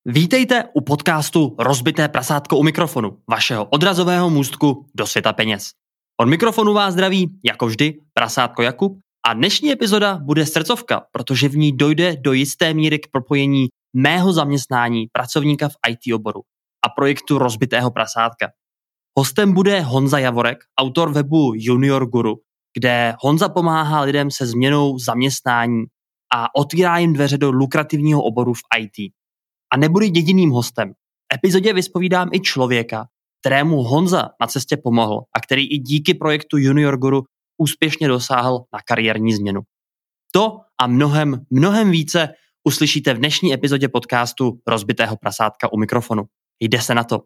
Vítejte u podcastu Rozbité prasátko u mikrofonu, vašeho odrazového můstku do světa peněz. Od mikrofonu vás zdraví, jako vždy, prasátko Jakub a dnešní epizoda bude srdcovka, protože v ní dojde do jisté míry k propojení mého zaměstnání pracovníka v IT oboru a projektu Rozbitého prasátka. Hostem bude Honza Javorek, autor webu Junior Guru, kde Honza pomáhá lidem se změnou zaměstnání a otvírá jim dveře do lukrativního oboru v IT. A nebudu jediným hostem. V epizodě vyspovídám i člověka, kterému Honza na cestě pomohl a který i díky projektu Junior Guru úspěšně dosáhl na kariérní změnu. To a mnohem více uslyšíte v dnešní epizodě podcastu Rozbitého prasátka u mikrofonu. Jde se na to.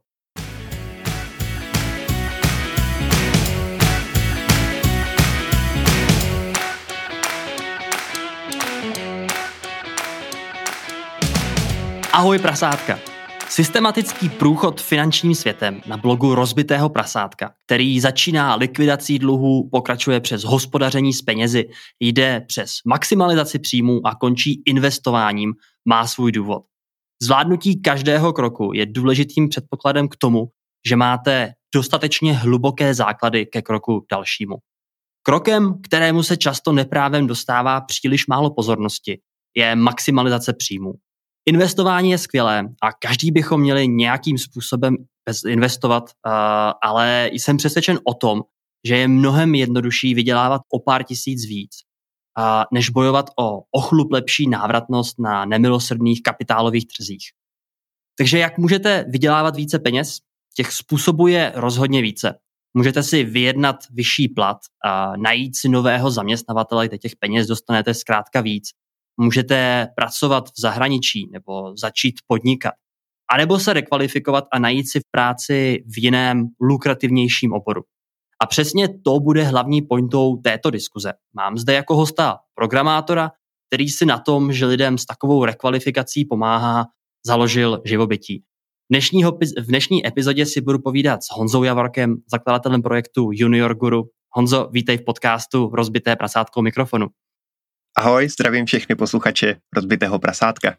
Ahoj prasátka. Systematický průchod finančním světem na blogu Rozbitého prasátka, který začíná likvidací dluhů, pokračuje přes hospodaření s penězi, jde přes maximalizaci příjmů a končí investováním, má svůj důvod. Zvládnutí každého kroku je důležitým předpokladem k tomu, že máte dostatečně hluboké základy ke kroku dalšímu. Krokem, kterému se často neprávem dostává příliš málo pozornosti, je maximalizace příjmů. Investování je skvělé a každý bychom měli nějakým způsobem investovat, ale jsem přesvědčen o tom, že je mnohem jednodušší vydělávat o pár tisíc víc, než bojovat o chlup lepší návratnost na nemilosrdných kapitálových trzích. Takže jak můžete vydělávat více peněz? Těch způsobů je rozhodně více. Můžete si vyjednat vyšší plat, najít si nového zaměstnavatele, kde těch peněz dostanete zkrátka víc. Můžete pracovat v zahraničí nebo začít podnikat. A nebo se rekvalifikovat a najít si v práci v jiném lukrativnějším oboru. A přesně to bude hlavní pointou této diskuze. Mám zde jako hosta programátora, který si na tom, že lidem s takovou rekvalifikací pomáhá, založil živobytí. V dnešní epizodě si budu povídat s Honzou Javorkem, zakladatelem projektu Junior Guru. Honzo, vítej v podcastu Rozbité prasátko u mikrofonu. Ahoj, zdravím všechny posluchače Rozbitého prasátka.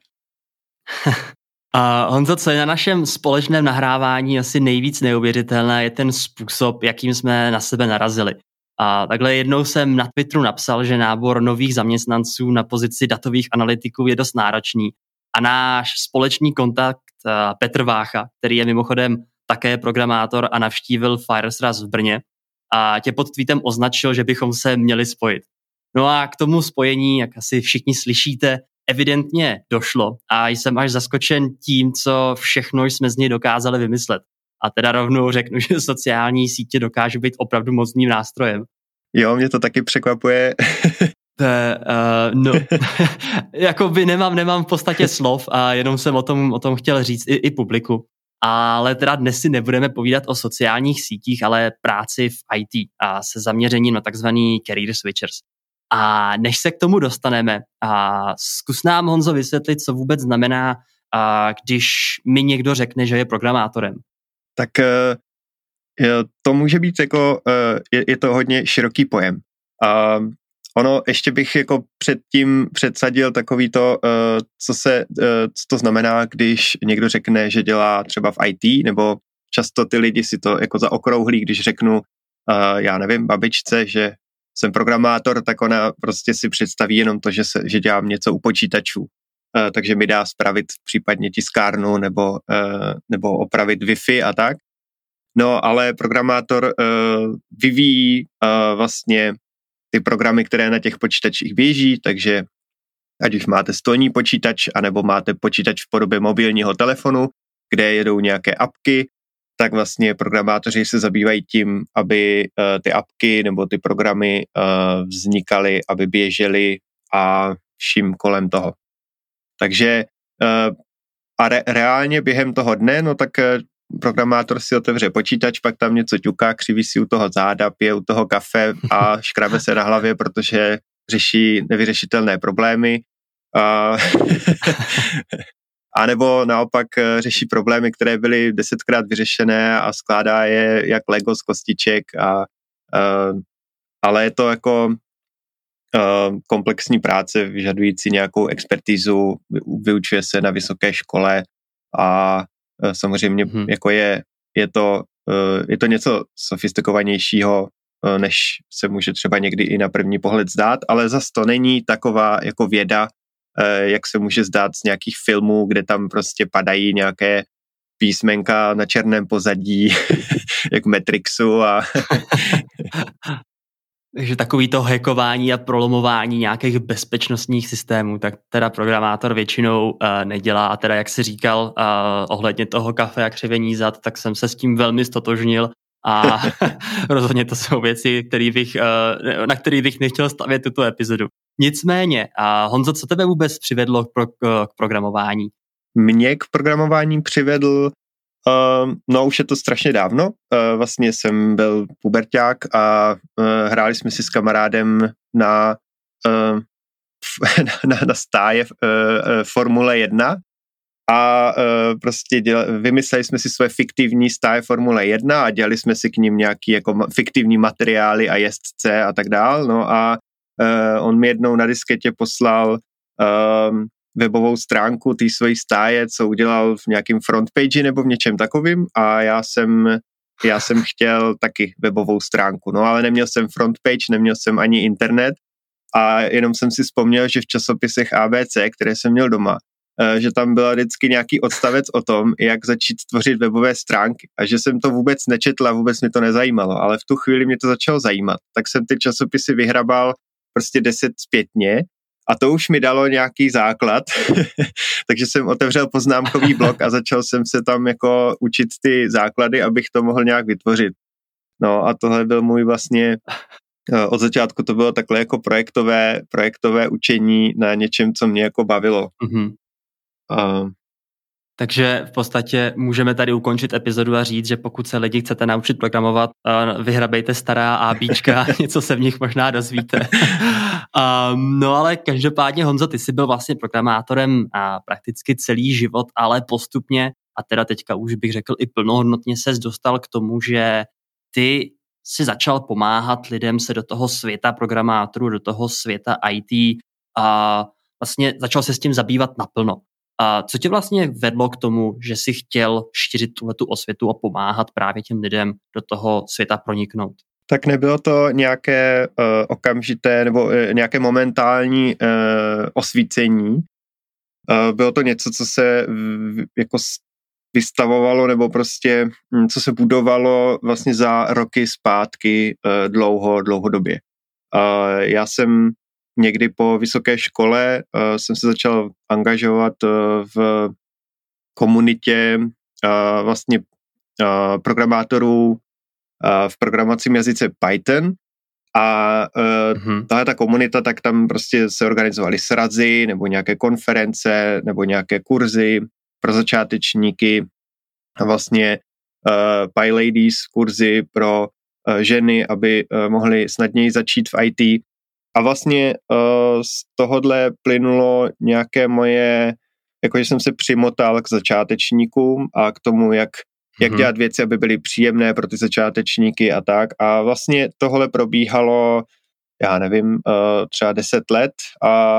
Honzo, co je na našem společném nahrávání asi nejvíc neuvěřitelné, je ten způsob, jakým jsme na sebe narazili. Takhle jednou jsem na Twitteru napsal, že nábor nových zaměstnanců na pozici datových analytiků je dost náročný. A náš společný kontakt Petr Vácha, který je mimochodem také programátor a navštívil Firesras v Brně, a tě pod tweetem označil, že bychom se měli spojit. No a k tomu spojení, jak asi všichni slyšíte, evidentně došlo a jsem až zaskočen tím, co všechno jsme z něj dokázali vymyslet. A teda rovnou řeknu, že sociální sítě dokážou být opravdu mocným nástrojem. Jo, mě to taky překvapuje. Jakoby nemám v podstatě slov a jenom jsem o tom chtěl říct i publiku. Ale teda dnes si nebudeme povídat o sociálních sítích, ale práci v IT a se zaměřením na takzvaný career switchers. A než se k tomu dostaneme, zkus nám, Honzo, vysvětlit, co vůbec znamená, když mi někdo řekne, že je programátorem. Tak to může být jako, je to hodně široký pojem. Ono ještě bych jako předtím předsadil takový to, co to znamená, když někdo řekne, že dělá třeba v IT, nebo často ty lidi si to jako zaokrouhlí, když řeknu, já nevím, babičce, že jsem programátor, tak ona prostě si představí jenom to, že dělám něco u počítačů. Takže mi dá spravit případně tiskárnu nebo opravit Wi-Fi a tak. No, ale programátor vyvíjí vlastně ty programy, které na těch počítačích běží, takže ať už máte stolní počítač, anebo máte počítač v podobě mobilního telefonu, kde jedou nějaké apky, tak vlastně programátoři se zabývají tím, aby ty apky nebo ty programy vznikaly, aby běžely a vším kolem toho. Takže reálně během toho dne, no tak programátor si otevře počítač, pak tam něco ťuká, křiví si u toho záda, pije u toho kafe a škrabe se na hlavě, protože řeší nevyřešitelné problémy. A nebo naopak řeší problémy, které byly 10krát vyřešené a skládá je jak Lego z kostiček. Ale je to jako komplexní práce vyžadující nějakou expertizu, vyučuje se na vysoké škole a samozřejmě jako je to něco sofistikovanějšího, než se může třeba někdy i na první pohled zdát, ale zas to není taková jako věda, jak se může zdát z nějakých filmů, kde tam prostě padají nějaké písmenka na černém pozadí, jak v Matrixu a... Takže takový to hackování a prolomování nějakých bezpečnostních systémů, tak teda programátor většinou nedělá. A teda, jak jsi říkal ohledně toho kafe a křivení zad, tak jsem se s tím velmi stotožnil a rozhodně to jsou věci, na které bych nechtěl stavět tuto epizodu. Nicméně, Honzo, co tebe vůbec přivedlo k programování? Mě k programování přivedl, už je to strašně dávno. Vlastně jsem byl puberťák a hráli jsme si s kamarádem na stáje Formule 1 a prostě vymysleli jsme si své fiktivní stáje Formule 1 a dělali jsme si k ním nějaký jako fiktivní materiály a jezdce a tak dál. No a on mi jednou na disketě poslal webovou stránku té svojí stáje, co udělal v nějakém frontpage nebo v něčem takovým a já jsem chtěl taky webovou stránku, no ale neměl jsem frontpage, neměl jsem ani internet a jenom jsem si vzpomněl, že v časopisech ABC, které jsem měl doma, že tam byla vždycky nějaký odstavec o tom, jak začít tvořit webové stránky a že jsem to vůbec nečetl a vůbec mi to nezajímalo, ale v tu chvíli mě to začalo zajímat, tak jsem ty časopisy vyhrabal prostě 10 zpětně a to už mi dalo nějaký základ, takže jsem otevřel poznámkový blok a začal jsem se tam jako učit ty základy, abych to mohl nějak vytvořit. No a tohle byl můj vlastně, od začátku to bylo takhle jako projektové učení na něčem, co mě jako bavilo. Mm-hmm. Takže v podstatě můžeme tady ukončit epizodu a říct, že pokud se lidi chcete naučit programovat, vyhrabejte stará ABčka, něco se v nich možná dozvíte. No ale každopádně, Honzo, ty jsi byl vlastně programátorem prakticky celý život, ale postupně, a teda teďka už bych řekl i plnohodnotně ses dostal k tomu, že ty si začal pomáhat lidem se do toho světa programátorů, do toho světa IT a vlastně začal se s tím zabývat naplno. A co tě vlastně vedlo k tomu, že jsi chtěl šířit tuhletu osvětu a pomáhat právě těm lidem do toho světa proniknout? Tak nebylo to nějaké okamžité nebo nějaké momentální osvícení. Bylo to něco, co se jako vystavovalo nebo prostě co se budovalo vlastně za roky zpátky dlouhodobě. Já jsem někdy po vysoké škole jsem se začal angažovat v komunitě vlastně programátorů v programovacím jazyce Python a tahle ta komunita, tak tam prostě se organizovaly srazy nebo nějaké konference nebo nějaké kurzy pro začátečníky a vlastně PyLadies kurzy pro ženy, aby mohly snadněji začít v IT. A vlastně z tohohle plynulo nějaké moje, jakože jsem se přimotal k začátečníkům a k tomu, jak dělat věci, aby byly příjemné pro ty začátečníky a tak. A vlastně tohle probíhalo, já nevím, třeba 10 let a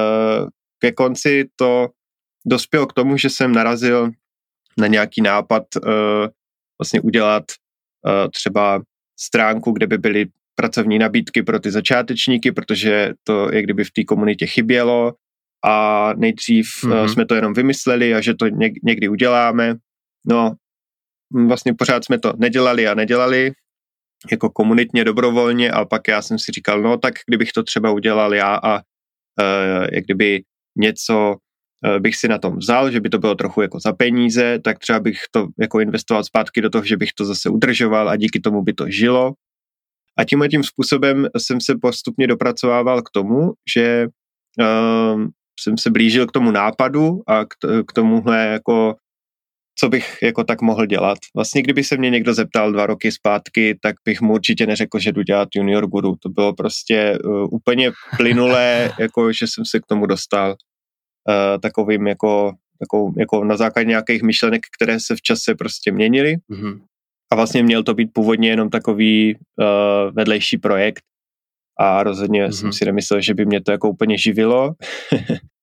ke konci to dospělo k tomu, že jsem narazil na nějaký nápad vlastně udělat třeba stránku, kde by byly pracovní nabídky pro ty začátečníky, protože to je kdyby v té komunitě chybělo a nejdřív jsme to jenom vymysleli a že to někdy uděláme. No, vlastně pořád jsme to nedělali jako komunitně, dobrovolně a pak já jsem si říkal, no tak kdybych to třeba udělal já a jak kdyby něco bych si na tom vzal, že by to bylo trochu jako za peníze, tak třeba bych to jako investoval zpátky do toho, že bych to zase udržoval a díky tomu by to žilo. A tím způsobem jsem se postupně dopracovával k tomu, že jsem se blížil k tomu nápadu a k tomuhle jako, co bych jako tak mohl dělat. Vlastně kdyby se mě někdo zeptal 2 roky zpátky, tak bych mu určitě neřekl, že jdu dělat junior guru. To bylo prostě úplně plynulé, jako že jsem se k tomu dostal takovým jako na základě nějakých myšlenek, které se v čase prostě měnily. Mm-hmm. A vlastně měl to být původně jenom takový vedlejší projekt a rozhodně jsem si nemyslel, že by mě to jako úplně živilo.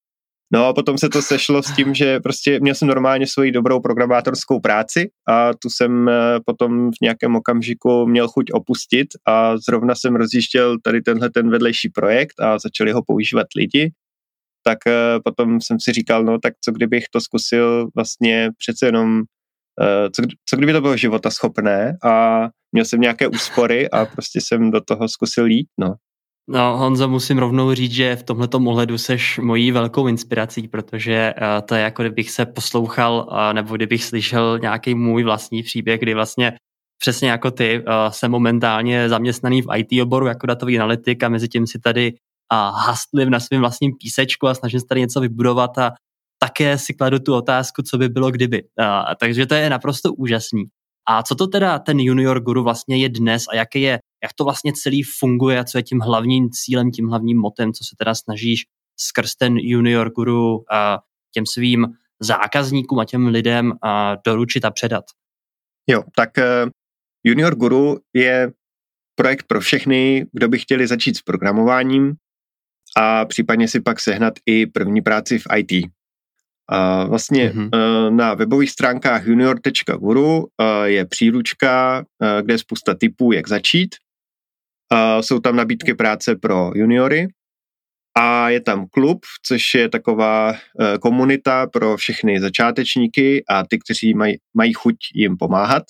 No a potom se to sešlo s tím, že prostě měl jsem normálně svoji dobrou programátorskou práci a tu jsem potom v nějakém okamžiku měl chuť opustit a zrovna jsem rozjížděl tady ten vedlejší projekt a začali ho používat lidi. Tak potom jsem si říkal, no tak co kdybych to zkusil vlastně přece jenom, co kdyby to bylo životaschopné a měl jsem nějaké úspory a prostě jsem do toho zkusil jít, no. No, Honzo, musím rovnou říct, že v tomhletom ohledu seš mojí velkou inspirací, protože to je jako kdybych se poslouchal nebo kdybych slyšel nějaký můj vlastní příběh, kdy vlastně přesně jako ty jsem momentálně zaměstnaný v IT oboru jako datový analytik a mezi tím si tady hustlim na svém vlastním písečku a snažím se tady něco vybudovat a také si kladu tu otázku, co by bylo kdyby. Takže to je naprosto úžasný. A co to teda ten Junior Guru vlastně je dnes a jak to vlastně celý funguje a co je tím hlavním cílem, tím hlavním motem, co se teda snažíš skrz ten Junior Guru těm svým zákazníkům a těm lidem doručit a předat? Jo, tak Junior Guru je projekt pro všechny, kdo by chtěli začít s programováním a případně si pak sehnat i první práci v IT. Vlastně na webových stránkách junior.guru je příručka, kde je spousta tipů, jak začít. Jsou tam nabídky práce pro juniory a je tam klub, což je taková komunita pro všechny začátečníky a ty, kteří mají chuť jim pomáhat.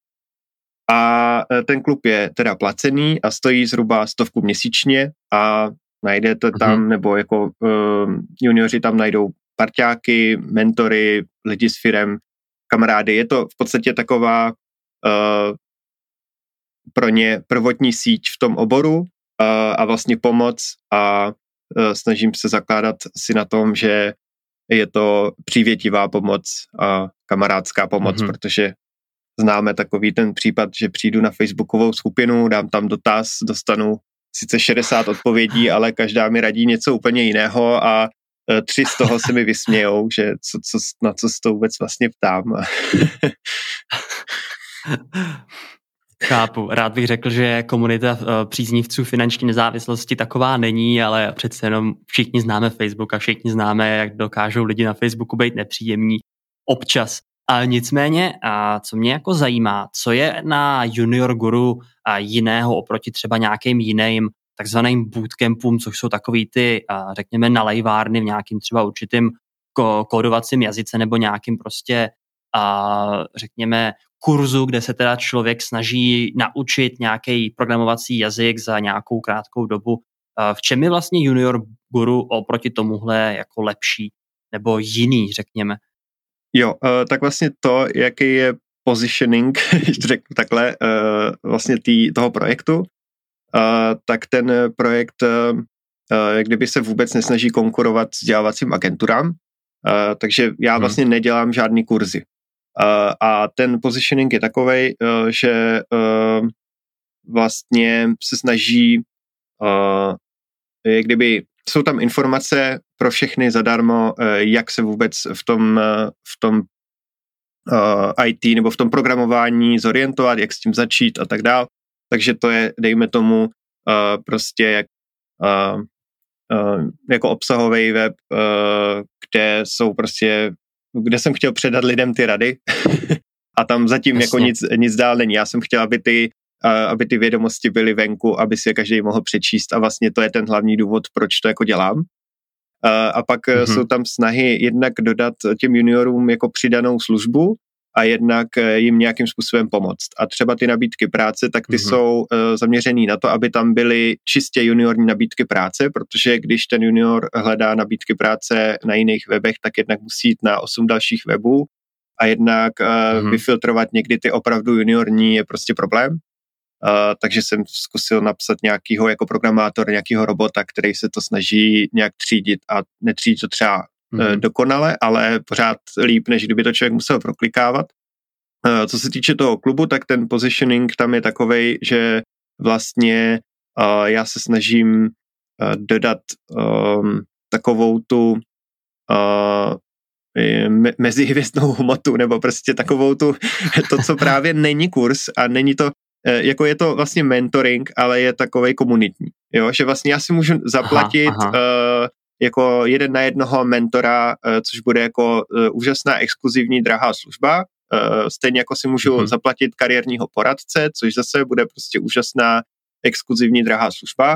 A ten klub je teda placený a stojí zhruba 100 měsíčně a najdete tam, nebo jako junioři tam najdou parťáky, mentory, lidi s firem, kamarády. Je to v podstatě taková pro ně prvotní síť v tom oboru a vlastně pomoc a snažím se zakládat si na tom, že je to přívětivá pomoc a kamarádská pomoc, protože známe takový ten případ, že přijdu na facebookovou skupinu, dám tam dotaz, dostanu sice 60 odpovědí, ale každá mi radí něco úplně jiného a 3 z toho se mi vysmějou, že na co se to vůbec vlastně ptám. Chápu. Rád bych řekl, že komunita příznivců finanční nezávislosti taková není, ale přece jenom všichni známe Facebook a všichni známe, jak dokážou lidi na Facebooku být nepříjemní občas. A nicméně, co mě jako zajímá, co je na Junior Guru jiného oproti třeba nějakým jiným takzvaným bootcampům, což jsou takový ty, řekněme, nalejvárny v nějakým třeba určitým kódovacím jazyce nebo nějakým prostě, řekněme, kurzu, kde se teda člověk snaží naučit nějaký programovací jazyk za nějakou krátkou dobu. V čem je vlastně Junior Guru oproti tomuhle jako lepší nebo jiný, řekněme? Jo, tak vlastně to, jaký je positioning, řeknu takhle, vlastně toho projektu, tak ten projekt jak kdyby se vůbec nesnaží konkurovat s vzdělávacím agenturám, takže já vlastně nedělám žádný kurzy. A ten positioning je takovej, že vlastně se snaží, jak kdyby jsou tam informace pro všechny zadarmo, jak se vůbec v tom IT nebo v tom programování zorientovat, jak s tím začít a tak dál. Takže to je, dejme tomu, prostě jako obsahový web, kde jsem chtěl předat lidem ty rady a tam zatím jako nic dál není. Já jsem chtěl, aby ty vědomosti byly venku, aby si je každý mohl přečíst a vlastně to je ten hlavní důvod, proč to jako dělám. A pak jsou tam snahy jednak dodat těm juniorům jako přidanou službu a jednak jim nějakým způsobem pomoct. A třeba ty nabídky práce, tak ty jsou zaměřený na to, aby tam byly čistě juniorní nabídky práce, protože když ten junior hledá nabídky práce na jiných webech, tak jednak musí jít na 8 dalších webů a jednak vyfiltrovat někdy ty opravdu juniorní je prostě problém. Takže jsem zkusil napsat nějakýho jako programátor, nějakýho robota, který se to snaží nějak třídit a netřídí to třeba dokonale, ale pořád líp, než kdyby to člověk musel proklikávat. Co se týče toho klubu, tak ten positioning tam je takovej, že vlastně já se snažím dodat takovou tu mezihvězdnou hmotu, nebo prostě takovou to, co právě není kurz a není to jako je to vlastně mentoring, ale je takovej komunitní. Jo? Že vlastně já si můžu zaplatit jako jeden na jednoho mentora, což bude jako úžasná exkluzivní drahá služba. Stejně jako si můžu zaplatit kariérního poradce, což zase bude prostě úžasná exkluzivní drahá služba.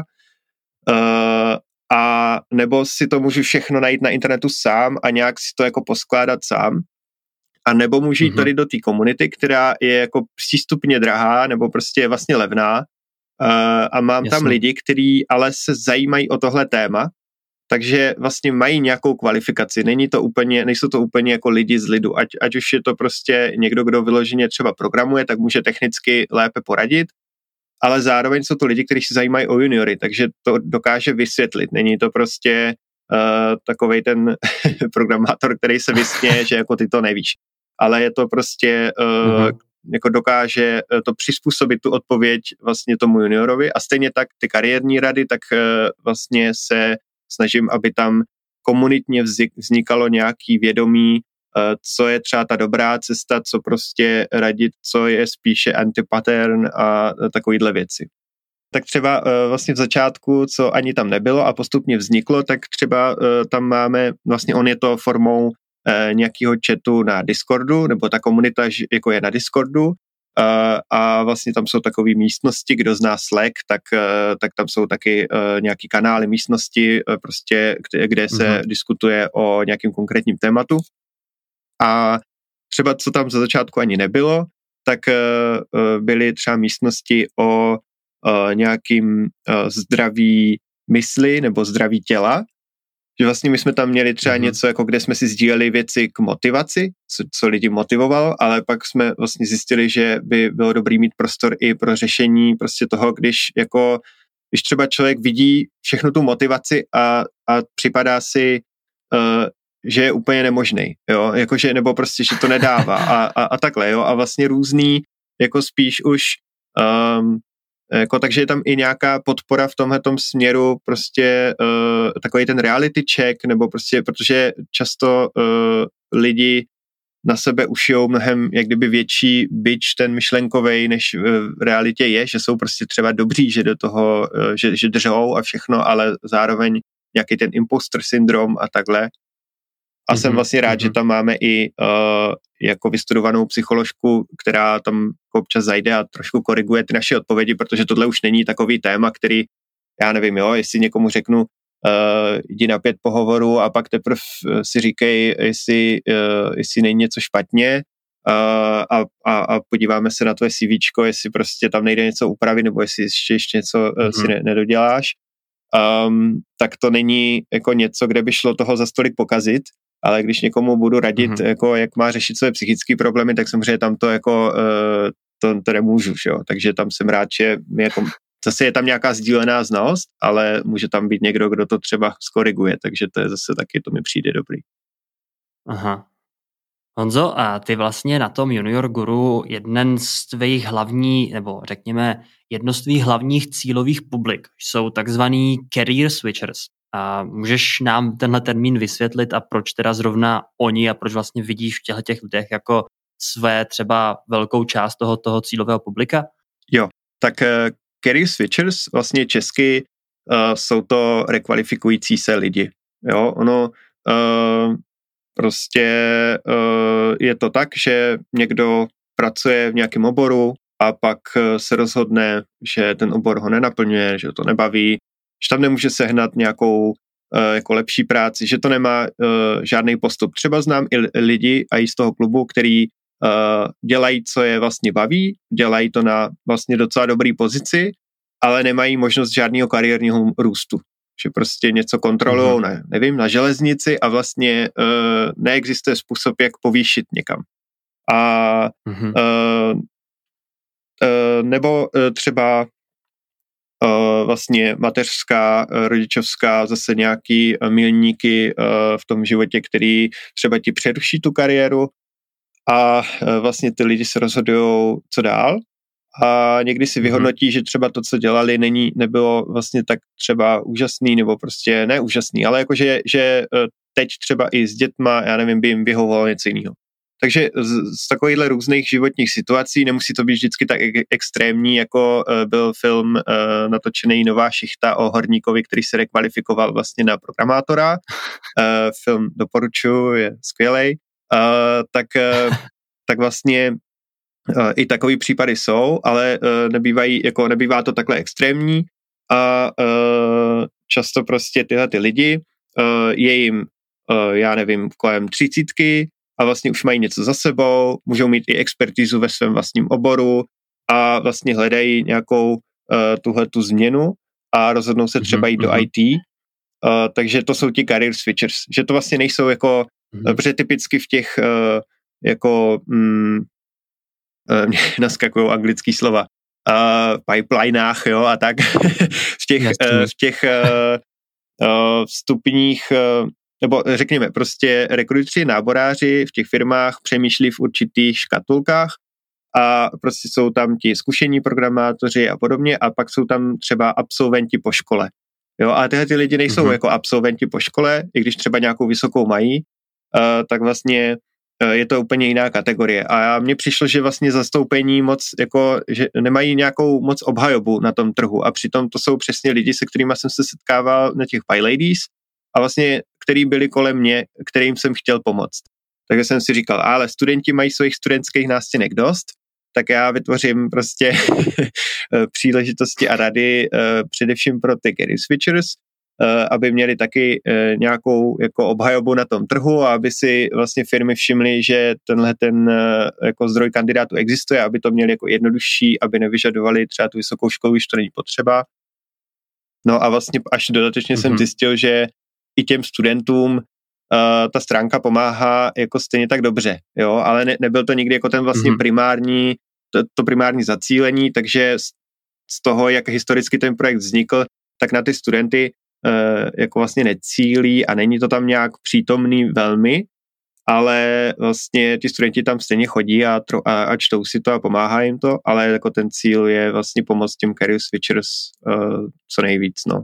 A nebo si to můžu všechno najít na internetu sám a nějak si to jako poskládat sám. A nebo můžu jít tady do té komunity, která je jako přístupně drahá nebo prostě je vlastně levná. A mám tam lidi, kteří ale se zajímají o tohle téma, takže vlastně mají nějakou kvalifikaci. Nejsou to úplně jako lidi z lidu. Ať už je to prostě někdo, kdo vyloženě třeba programuje, tak může technicky lépe poradit, ale zároveň jsou to lidi, kteří se zajímají o juniory, takže to dokáže vysvětlit. Není to prostě takovej ten programátor, který se vysměje, že jako ty to nevíš. Ale je to prostě jako dokáže to přizpůsobit tu odpověď vlastně tomu juniorovi a stejně tak ty kariérní rady, tak vlastně se snažím, aby tam komunitně vznikalo nějaký vědomí, co je třeba ta dobrá cesta, co prostě radit, co je spíše antipattern a takovýhle věci. Tak třeba vlastně v začátku, co ani tam nebylo a postupně vzniklo, tak třeba tam máme, vlastně on je to formou nějakého chatu na Discordu, nebo ta komunita jako je na Discordu a vlastně tam jsou takové místnosti, kdo zná Slack, tak tam jsou taky nějaký kanály místnosti, prostě, kde se diskutuje o nějakém konkrétním tématu. A třeba co tam za začátku ani nebylo, tak byly třeba místnosti o nějakým zdraví mysli nebo zdraví těla, že vlastně my jsme tam měli třeba něco, jako kde jsme si sdíleli věci k motivaci, co lidi motivovalo, ale pak jsme vlastně zjistili, že by bylo dobrý mít prostor i pro řešení prostě toho, když třeba člověk vidí všechnu tu motivaci a připadá si, že je úplně nemožnej, jo, jakože, nebo prostě, že to nedává a takhle, jo, a vlastně různý, jako spíš už jako, takže je tam i nějaká podpora v tomhletom směru, prostě takový ten reality check, nebo prostě, protože často lidi na sebe ušijou mnohem jak kdyby větší bič ten myšlenkovej, než v realitě je, že jsou prostě třeba dobří, že do toho, že držou a všechno, ale zároveň nějaký ten imposter syndrom a takhle. A jsem vlastně rád, že tam máme i jako vystudovanou psycholožku, která tam občas zajde a trošku koriguje ty naše odpovědi, protože tohle už není takový téma, který, já nevím, jo, jestli někomu řeknu, jdi na 5 pohovorů a pak teprve si říkej, jestli není něco špatně a podíváme se na tvoje CVčko, jestli prostě tam nejde něco upravit, nebo jestli ještě něco si nedoděláš, tak to není jako něco, kde by šlo toho za stolik pokazit, ale když někomu budu radit, jako jak má řešit své psychické problémy, tak samozřejmě tam to jako to nemůžu, jo. Takže tam jsem rád, že jako, zase je tam nějaká sdílená znalost, ale může tam být někdo, kdo to třeba skoriguje, takže to je zase taky, to mi přijde dobrý. Aha. Honzo, a ty vlastně na tom Junior Guru jeden z tvých nebo řekněme jedno z tvých hlavních cílových publik jsou takzvaný career switchers. A můžeš nám tenhle termín vysvětlit a proč teda zrovna oni a proč vlastně vidíš v těch lidech jako své třeba velkou část toho cílového publika? Jo, tak career switchers vlastně česky jsou to rekvalifikující se lidi. Jo, ono prostě je to tak, že někdo pracuje v nějakém oboru a pak se rozhodne, že ten obor ho nenaplňuje, že to nebaví, že tam nemůže sehnat nějakou jako lepší práci, že to nemá žádný postup. Třeba znám i lidi a i z toho klubu, který dělají, co je vlastně baví, dělají to na vlastně docela dobrý pozici, ale nemají možnost žádného kariérního růstu. Že prostě něco kontrolujou na železnici a vlastně neexistuje způsob, jak povýšit někam. A nebo třeba vlastně mateřská, rodičovská, zase nějaký milníky v tom životě, který třeba ti přeruší tu kariéru a vlastně ty lidi se rozhodují, co dál a někdy si vyhodnotí, že třeba to, co dělali, nebylo vlastně tak třeba úžasný, nebo prostě neúžasný, ale jakože že teď třeba i s dětma, já nevím, by jim vyhovovalo něco jiného. Takže z takovýchhle různých životních situací, nemusí to být vždycky tak extrémní, jako byl film natočený Nová šichta o horníkovi, který se rekvalifikoval vlastně na programátora. Film doporučuji, je skvělej. Tak vlastně i takový případy jsou, ale nebývá to takhle extrémní a často prostě tyhle ty lidi je jim, já nevím, kolem 30 a vlastně už mají něco za sebou, můžou mít i expertizu ve svém vlastním oboru a vlastně hledají nějakou tuhletu změnu a rozhodnou se třeba jít do IT. Takže to jsou ti career switchers, že to vlastně nejsou jako, protože typicky v těch naskakují anglický slova, pipelinách, jo, a tak v těch vstupních, nebo řekněme, prostě rekruteři, náboráři v těch firmách přemýšlí v určitých škatulkách a prostě jsou tam ti zkušení programátoři a podobně a pak jsou tam třeba absolventi po škole. Jo, a tyhle ty lidi nejsou jako absolventi po škole, i když třeba nějakou vysokou mají, tak vlastně je to úplně jiná kategorie. A mně přišlo, že vlastně zastoupení moc, jako, že nemají nějakou moc obhajobu na tom trhu a přitom to jsou přesně lidi, se kterými jsem se setkával na těch PyLadies a vlastně, který byli kolem mě, kterým jsem chtěl pomoct. Takže jsem si říkal, ale studenti mají svých studentských nástěnek dost, tak já vytvořím prostě příležitosti a rady především pro ty career switchers, aby měli taky nějakou jako obhajobu na tom trhu a aby si vlastně firmy všimly, že tenhle ten jako zdroj kandidátů existuje, aby to měli jako jednodušší, aby nevyžadovali třeba tu vysokou školu, když to není potřeba. No a vlastně až dodatečně jsem zjistil, že i těm studentům ta stránka pomáhá jako stejně tak dobře, jo, ale nebyl to nikdy jako ten vlastně primární, to primární zacílení, takže z toho, jak historicky ten projekt vznikl, tak na ty studenty jako vlastně necílí a není to tam nějak přítomný velmi, ale vlastně ti studenti tam stejně chodí a čtou si to a pomáhá jim to, ale jako ten cíl je vlastně pomoct těm career switchers co nejvíc, no.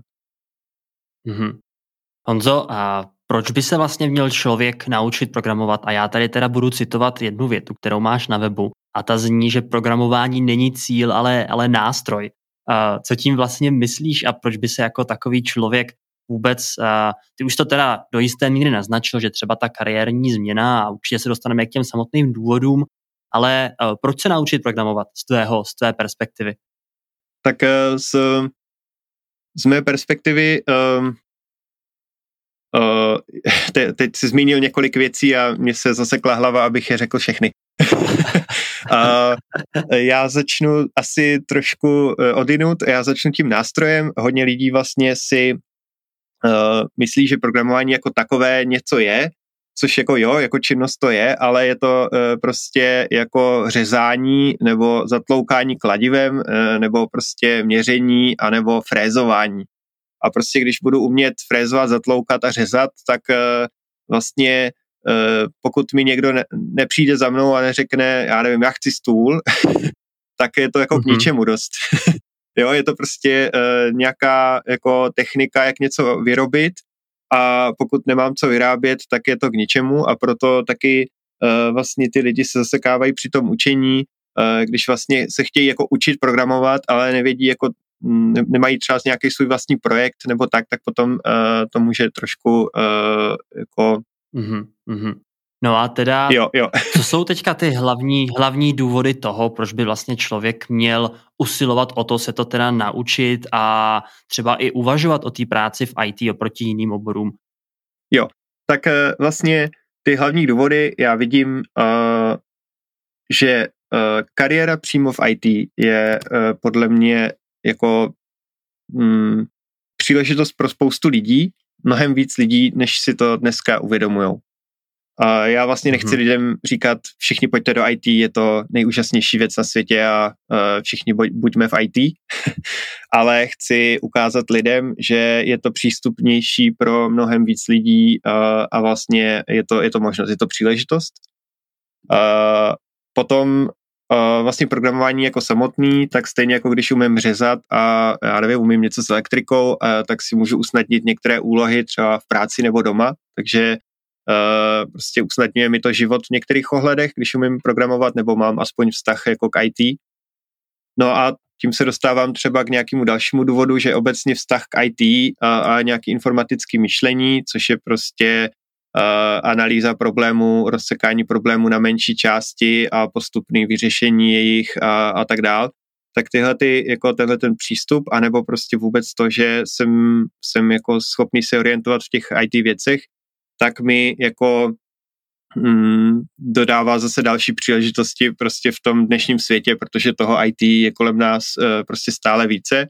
Honzo, a proč by se vlastně měl člověk naučit programovat? A já tady teda budu citovat jednu větu, kterou máš na webu a ta zní, že programování není cíl, ale nástroj. Co tím vlastně myslíš a proč by se jako takový člověk vůbec, ty už to teda do jisté míry naznačil, že třeba ta kariérní změna, a určitě se dostaneme k těm samotným důvodům, ale proč se naučit programovat z tvé perspektivy? Tak z mé perspektivy teď jsi zmínil několik věcí a mně se zasekla hlava, abych je řekl všechny. Já začnu asi trošku odinut, já začnu tím nástrojem. Hodně lidí vlastně si myslí, že programování jako takové něco je, což jako jo, jako činnost to je, ale je to prostě jako řezání nebo zatloukání kladivem nebo prostě měření anebo frézování. A prostě když budu umět frézovat, zatloukat a řezat, tak vlastně pokud mi někdo nepřijde za mnou a neřekne, já nevím, já chci stůl, tak je to jako k ničemu dost. Jo, je to prostě nějaká jako technika, jak něco vyrobit a pokud nemám co vyrábět, tak je to k ničemu a proto taky vlastně ty lidi se zasekávají při tom učení, když vlastně se chtějí jako učit programovat, ale nevědí jako nemají třeba nějaký svůj vlastní projekt nebo tak potom to může trošku jako... No a teda, jo. Co jsou teďka ty hlavní důvody toho, proč by vlastně člověk měl usilovat o to se to teda naučit a třeba i uvažovat o té práci v IT oproti jiným oborům? Jo, tak vlastně ty hlavní důvody já vidím, že kariéra přímo v IT je podle mě jako příležitost pro spoustu lidí, mnohem víc lidí, než si to dneska uvědomujou. Já vlastně nechci lidem říkat, všichni pojďte do IT, je to nejúžasnější věc na světě a všichni buďme v IT, ale chci ukázat lidem, že je to přístupnější pro mnohem víc lidí a vlastně je to možnost, je to příležitost. Potom vlastně programování jako samotný, tak stejně jako když umím řezat a já nevím, umím něco s elektrikou, tak si můžu usnadnit některé úlohy třeba v práci nebo doma, takže prostě usnadňuje mi to život v některých ohledech, když umím programovat, nebo mám aspoň vztah jako k IT. No a tím se dostávám třeba k nějakému dalšímu důvodu, že obecně vztah k IT a nějaký informatický myšlení, což je prostě analýza problémů, rozsekání problémů na menší části a postupné vyřešení jejich a tak dál. Tak tenhle ten přístup, anebo prostě vůbec to, že jsem jako schopný se orientovat v těch IT věcech, tak mi jako dodává zase další příležitosti prostě v tom dnešním světě, protože toho IT je kolem nás prostě stále více.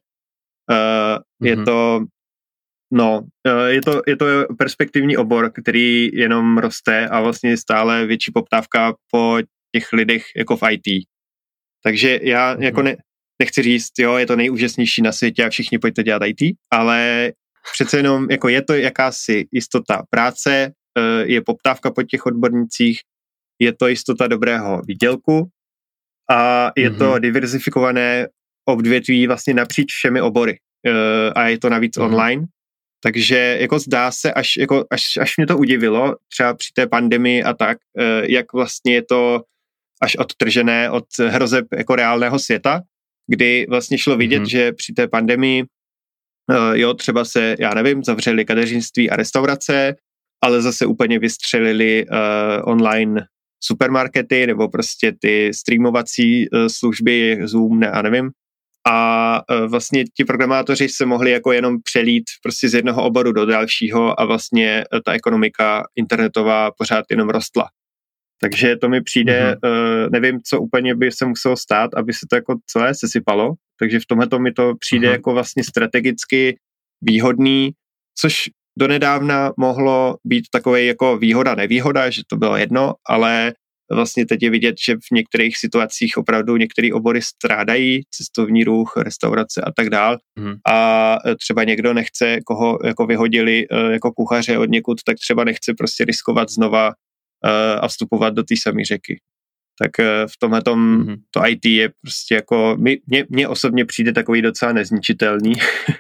Je to perspektivní obor, který jenom roste a vlastně je stále větší poptávka po těch lidech jako v IT. Takže já jako nechci říct, jo, je to nejúžasnější na světě a všichni pojďte dělat IT, ale přece jenom jako je to jakási jistota práce, je poptávka po těch odbornících, je to jistota dobrého výdělku a je to diverzifikované odvětví vlastně napříč všemi obory a je to navíc online. Takže jako zdá se, až mě to udivilo, třeba při té pandemii a tak, jak vlastně je to až odtržené od hrozeb jako reálného světa, kdy vlastně šlo vidět, že při té pandemii třeba se, já nevím, zavřely kadeřnictví a restaurace, ale zase úplně vystřelili online supermarkety nebo prostě ty streamovací služby, Zoom, a nevím. A vlastně ti programátoři se mohli jako jenom přelít prostě z jednoho oboru do dalšího a vlastně ta ekonomika internetová pořád jenom rostla. Takže to mi přijde, nevím, co úplně by se muselo stát, aby se to jako celé sesypalo, takže v tomhleto mi to přijde jako vlastně strategicky výhodný, což donedávna mohlo být takové jako výhoda, nevýhoda, že to bylo jedno, ale vlastně teď je vidět, že v některých situacích opravdu některé obory strádají, cestovní ruch, restaurace a tak dál. A třeba někdo nechce, koho jako vyhodili jako kuchaře od někud, tak třeba nechce prostě riskovat znova a vstupovat do té samé řeky. Tak v tomhletom to IT je prostě jako, mně osobně přijde takový docela nezničitelný.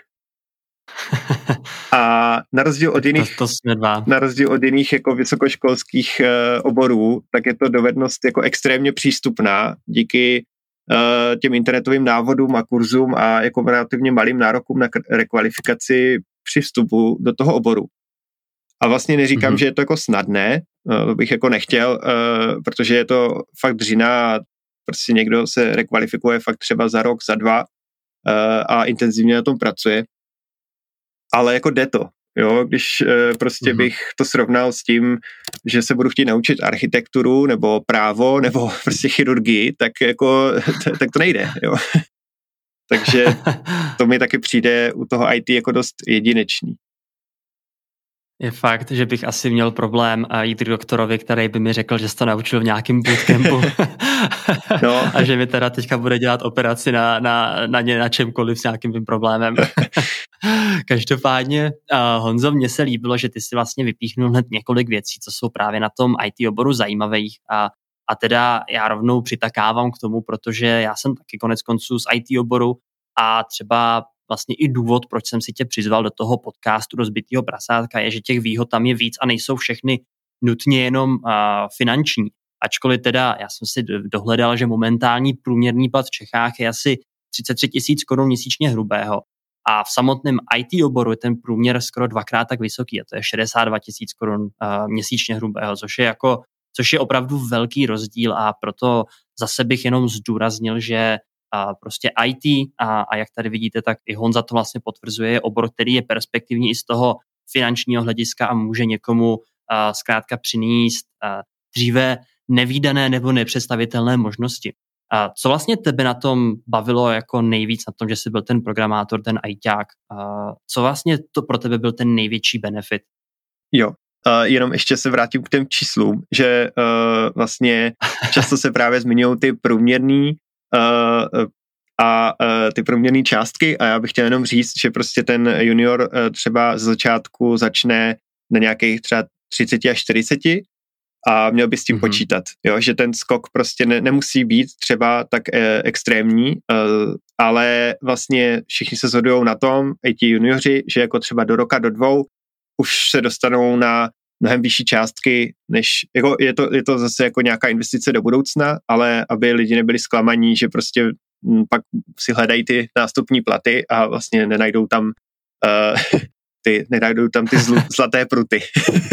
A na rozdíl od jiných jako vysokoškolských oborů, tak je to dovednost jako extrémně přístupná díky těm internetovým návodům a kurzům a jako relativně malým nárokům na rekvalifikaci při vstupu do toho oboru. A vlastně neříkám, že je to jako snadné, to bych jako nechtěl, protože je to fakt dřina a prostě někdo se rekvalifikuje fakt třeba za rok, za dva a intenzivně na tom pracuje. Ale jako jde to, jo, když prostě bych to srovnal s tím, že se budu chtít naučit architekturu nebo právo nebo prostě chirurgii, tak jako tak to nejde, jo. Takže to mi taky přijde u toho IT jako dost jedinečný. Je fakt, že bych asi měl problém jít k doktorovi, který by mi řekl, že se to naučil v nějakém bootcampu a že mi teda teďka bude dělat operaci na čemkoliv s nějakým tím problémem. Každopádně, Honzo, mně se líbilo, že ty si vlastně vypíchnul hned několik věcí, co jsou právě na tom IT oboru zajímavých a teda já rovnou přitakávám k tomu, protože já jsem taky konec konců z IT oboru a třeba vlastně i důvod, proč jsem si tě přizval do toho podcastu Rozbitýho prasátka, je, že těch výhod tam je víc a nejsou všechny nutně jenom finanční. Ačkoliv teda, já jsem si dohledal, že momentální průměrný plat v Čechách je asi 33 000 korun měsíčně hrubého a v samotném IT oboru je ten průměr skoro dvakrát tak vysoký a to je 62 000 korun měsíčně hrubého, což je opravdu velký rozdíl a proto zase bych jenom zdůraznil, že prostě IT a jak tady vidíte, tak i Honza to vlastně potvrzuje, je obor, který je perspektivní i z toho finančního hlediska a může někomu zkrátka přinést dříve nevídané nebo nepředstavitelné možnosti. Co vlastně tebe na tom bavilo jako nejvíc, na tom, že jsi byl ten programátor, ten ajťák? Co vlastně to pro tebe byl ten největší benefit? Jo, jenom ještě se vrátím k těm číslům, že vlastně často se právě zmiňují ty průměrný ty průměrné částky a já bych chtěl jenom říct, že prostě ten junior třeba z začátku začne na nějakých třeba 30 až 40 a měl by s tím počítat, jo? Že ten skok prostě nemusí být třeba tak extrémní, ale vlastně všichni se shodujou na tom, i ti junioři, že jako třeba do roka, do dvou už se dostanou na mnohem vyšší částky, než jako je to zase jako nějaká investice do budoucna, ale aby lidi nebyli zklamaní, že prostě pak si hledají ty nástupní platy a vlastně nenajdou tam ty zlaté pruty.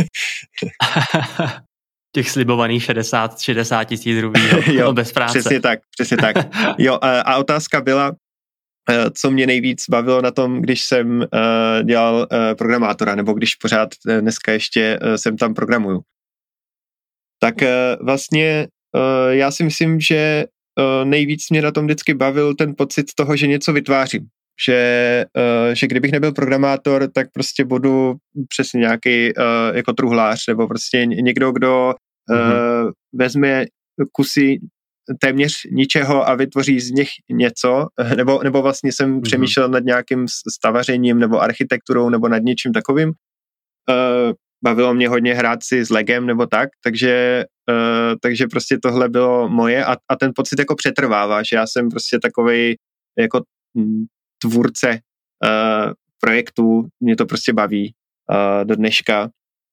Těch slibovaných 60 tisíc rubí bez práce. Přesně tak. Jo, a otázka byla, co mě nejvíc bavilo na tom, když jsem dělal programátora, nebo když pořád dneska ještě jsem tam programuju. Tak vlastně já si myslím, že nejvíc mě na tom vždycky bavil ten pocit toho, že něco vytvářím. Že kdybych nebyl programátor, tak prostě budu přesně nějaký jako truhlář, nebo prostě někdo, kdo vezme kusy téměř ničeho a vytvoří z nich něco, nebo vlastně jsem přemýšlel nad nějakým stavařením nebo architekturou nebo nad něčím takovým. Bavilo mě hodně hrát si s legem nebo tak, takže prostě tohle bylo moje a ten pocit jako přetrvává, že já jsem prostě takovej jako tvůrce projektů, mě to prostě baví do dneška.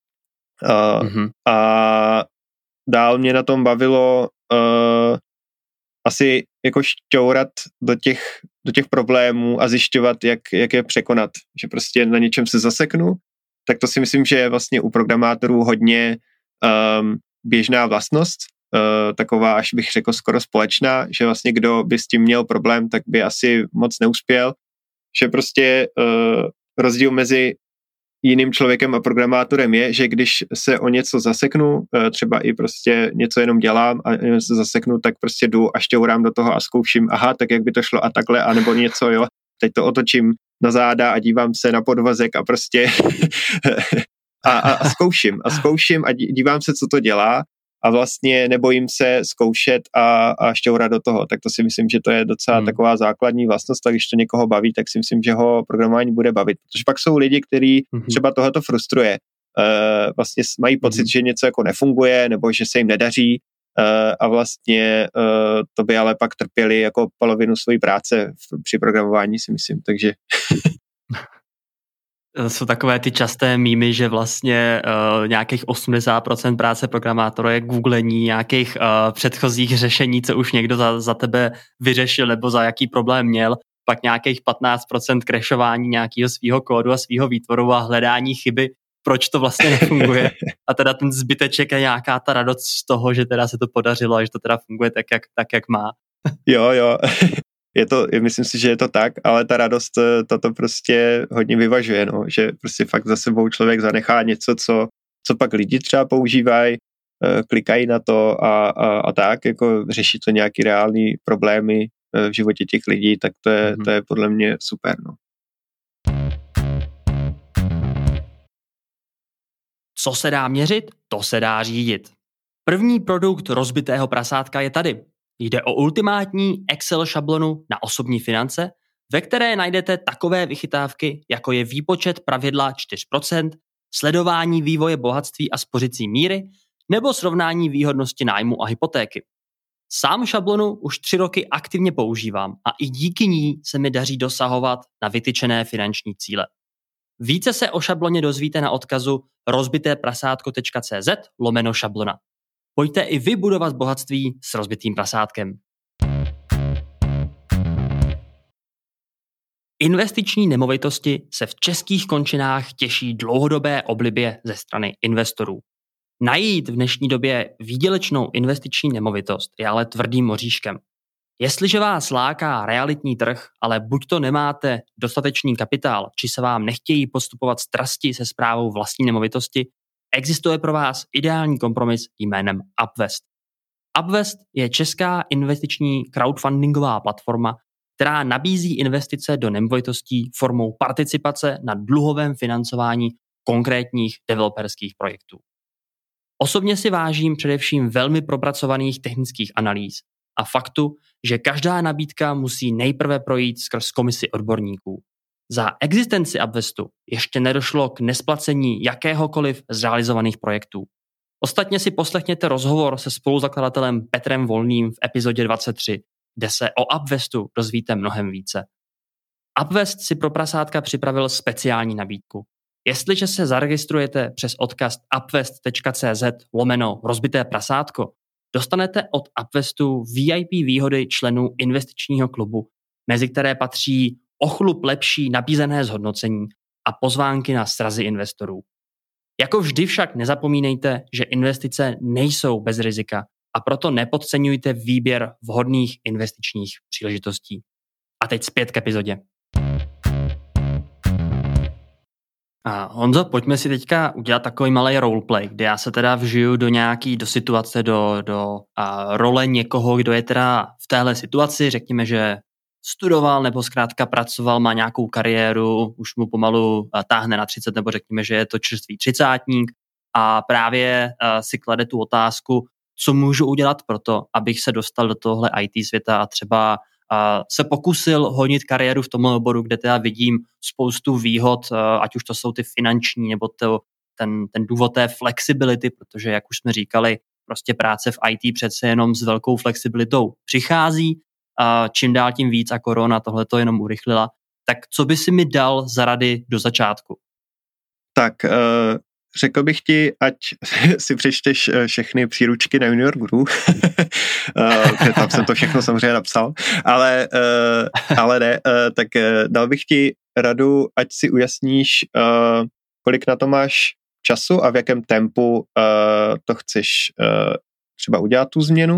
A dál mě na tom bavilo asi jako šťourat do těch problémů a zjišťovat, jak je překonat. Že prostě na něčem se zaseknu, tak to si myslím, že je vlastně u programátorů hodně běžná vlastnost, taková, až bych řekl, skoro společná, že vlastně kdo by s tím měl problém, tak by asi moc neuspěl. Že prostě rozdíl mezi jiným člověkem a programátorem je, že když se o něco zaseknu, třeba i prostě něco jenom dělám a se zaseknu, tak prostě jdu a šťourám do toho a zkouším, aha, tak jak by to šlo a takhle, anebo něco, jo, teď to otočím na záda a dívám se na podvozek a prostě a zkouším a dívám se, co to dělá a vlastně nebojím se zkoušet a šťourat do toho, tak to si myslím, že to je docela taková základní vlastnost, tak když to někoho baví, tak si myslím, že ho programování bude bavit, protože pak jsou lidi, kteří třeba tohleto frustruje, vlastně mají pocit, že něco jako nefunguje, nebo že se jim nedaří a vlastně to by ale pak trpěli jako polovinu své práce při programování, si myslím, takže... Jsou takové ty časté mýmy, že vlastně nějakých 80% práce programátora je googlení nějakých předchozích řešení, co už někdo za tebe vyřešil nebo za jaký problém měl, pak nějakých 15% crashování nějakého svýho kódu a svýho výtvoru a hledání chyby, proč to vlastně nefunguje. A teda ten zbyteček je nějaká ta radost z toho, že teda se to podařilo a že to teda funguje tak, jak má. Jo. Myslím si, že je to tak, ale ta radost toto prostě hodně vyvažuje, no, že prostě fakt za sebou člověk zanechá něco, co pak lidi třeba používají, klikají na to a tak, jako řeší to nějaký reální problémy v životě těch lidí, tak to je podle mě super, no. Co se dá měřit, to se dá řídit. První produkt rozbitého prasátka je tady. Jde o ultimátní Excel šablonu na osobní finance, ve které najdete takové vychytávky, jako je výpočet pravidla 4%, sledování vývoje bohatství a spořicí míry nebo srovnání výhodnosti nájmu a hypotéky. Sám šablonu už 3 roky aktivně používám a i díky ní se mi daří dosahovat na vytyčené finanční cíle. Více se o šabloně dozvíte na odkazu rozbiteprasátko.cz/šablona. Pojďte i vy budovat bohatství s rozbitým prasátkem. Investiční nemovitosti se v českých končinách těší dlouhodobé oblibě ze strany investorů. Najít v dnešní době výdělečnou investiční nemovitost je ale tvrdým oříškem. Jestliže vás láká realitní trh, ale buď to nemáte dostatečný kapitál, či se vám nechtějí postupovat strasti se správou vlastní nemovitosti, existuje pro vás ideální kompromis jménem Upvest. Upvest je česká investiční crowdfundingová platforma, která nabízí investice do nemovitostí formou participace na dluhovém financování konkrétních developerských projektů. Osobně si vážím především velmi propracovaných technických analýz a faktu, že každá nabídka musí nejprve projít skrz komisi odborníků. Za existenci Upvestu ještě nedošlo k nesplacení jakéhokoliv z realizovaných projektů. Ostatně si poslechněte rozhovor se spoluzakladatelem Petrem Volným v epizodě 23, kde se o Upvestu dozvíte mnohem více. Upvest si pro prasátka připravil speciální nabídku. Jestliže se zaregistrujete přes odkaz upvest.cz/rozbité prasátko, dostanete od Upvestu VIP výhody členů investičního klubu, mezi které patří o chlup lepší nabízené zhodnocení a pozvánky na srazy investorů. Jako vždy však nezapomínejte, že investice nejsou bez rizika a proto nepodceňujte výběr vhodných investičních příležitostí. A teď zpět k epizodě. Honzo, pojďme si teďka udělat takový malý roleplay, kde já se teda vžiju do situace, do role někoho, kdo je teda v téhle situaci, řekněme, že studoval nebo zkrátka pracoval, má nějakou kariéru, už mu pomalu táhne na 30, nebo řekněme, že je to čerstvý třicátník a právě si klade tu otázku, co můžu udělat pro to, abych se dostal do tohle IT světa a třeba se pokusil honit kariéru v tomhle oboru, kde teda vidím spoustu výhod, ať už to jsou ty finanční, nebo ten důvod té flexibility, protože, jak už jsme říkali, prostě práce v IT přece jenom s velkou flexibilitou přichází, čím dál tím víc a korona tohle to jenom urychlila. Tak co by si mi dal za rady do začátku? Tak řekl bych ti, ať si přečteš všechny příručky na Junior Guru, tam jsem to všechno samozřejmě napsal, ale ne, tak dal bych ti radu, ať si ujasníš, kolik na to máš času a v jakém tempu to chceš třeba udělat tu změnu.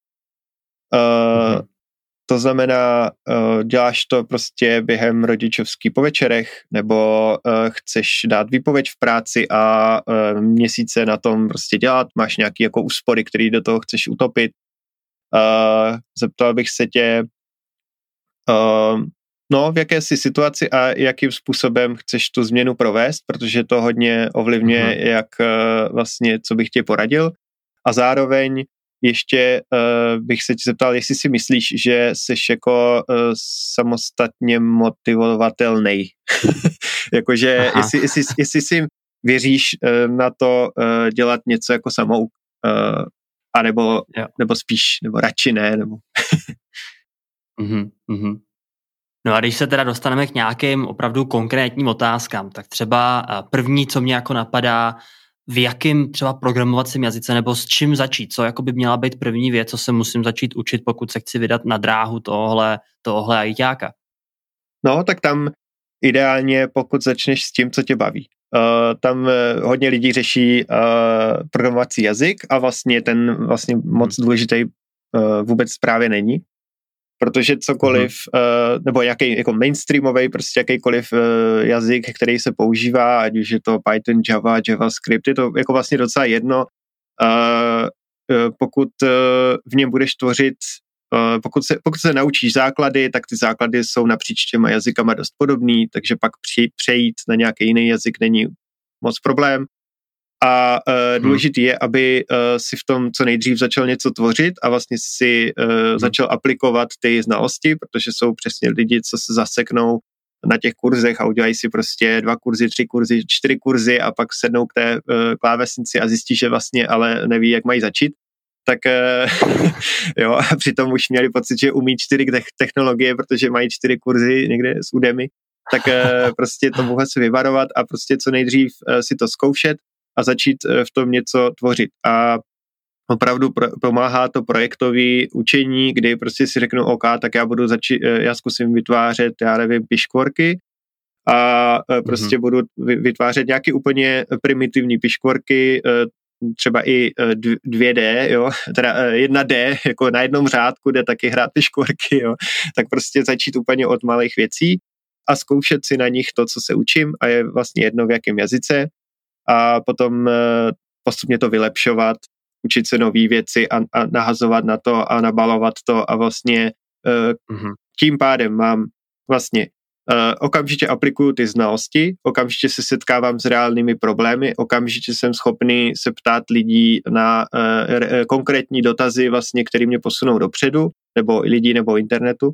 To znamená, děláš to prostě během rodičovský po večerech, nebo chceš dát výpověď v práci a měsíce na tom prostě dělat, máš nějaký jako úspory, který do toho chceš utopit. Zeptal bych se tě, v jaké jsi situaci a jakým způsobem chceš tu změnu provést, protože to hodně ovlivňuje, jak vlastně, co bych ti poradil. A zároveň ještě bych se ti zeptal, jestli si myslíš, že jsi jako samostatně motivovatelný. Jakože jestli si věříš na to dělat něco jako samouk, nebo spíš, nebo radši ne, nebo... No a když se teda dostaneme k nějakým opravdu konkrétním otázkám, tak třeba první, co mě jako napadá, v jakém třeba programovacím jazyce nebo s čím začít, co jako by měla být první věc, co se musím začít učit, pokud se chci vydat na dráhu tohle ajťáka. No, tak tam ideálně, pokud začneš s tím, co tě baví. Tam hodně lidí řeší programovací jazyk a vlastně ten vlastně moc důležitý vůbec právě není. Protože cokoliv, nebo nějaký jako mainstreamový, prostě jakýkoliv jazyk, který se používá, ať už je to Python, Java, JavaScript, je to jako vlastně docela jedno. Pokud v něm budeš tvořit, pokud se naučíš základy, tak ty základy jsou napříč těma jazykama dost podobný, takže pak přejít na nějaký jiný jazyk není moc problém. A důležitý je, aby si v tom co nejdřív začal něco tvořit a vlastně si začal aplikovat ty znalosti, protože jsou přesně lidi, co se zaseknou na těch kurzech a udělají si prostě 2 kurzy, 3 kurzy, 4 kurzy a pak sednou k té klávesnici a zjistí, že vlastně ale neví, jak mají začít. Tak jo, a přitom už měli pocit, že umí 4 technologie, protože mají 4 kurzy někde s Udemy, tak prostě tomuhle se vyvarovat a prostě co nejdřív si to zkoušet a začít v tom něco tvořit. A opravdu pomáhá to projektové učení, kdy prostě si řeknu, OK, tak já zkusím vytvářet, já nevím, piškvorky a prostě budu vytvářet nějaké úplně primitivní piškvorky, třeba i 2D, jo, teda 1D, jako na jednom řádku jde taky hrát piškvorky, jo, tak prostě začít úplně od malých věcí a zkoušet si na nich to, co se učím a je vlastně jedno v jakém jazyce a potom postupně to vylepšovat, učit se nové věci a nahazovat na to a nabalovat to a vlastně tím pádem mám vlastně okamžitě aplikuju ty znalosti, okamžitě se setkávám s reálnými problémy, okamžitě jsem schopný se ptát lidí na konkrétní dotazy, vlastně, které mě posunou dopředu, nebo lidí, nebo internetu.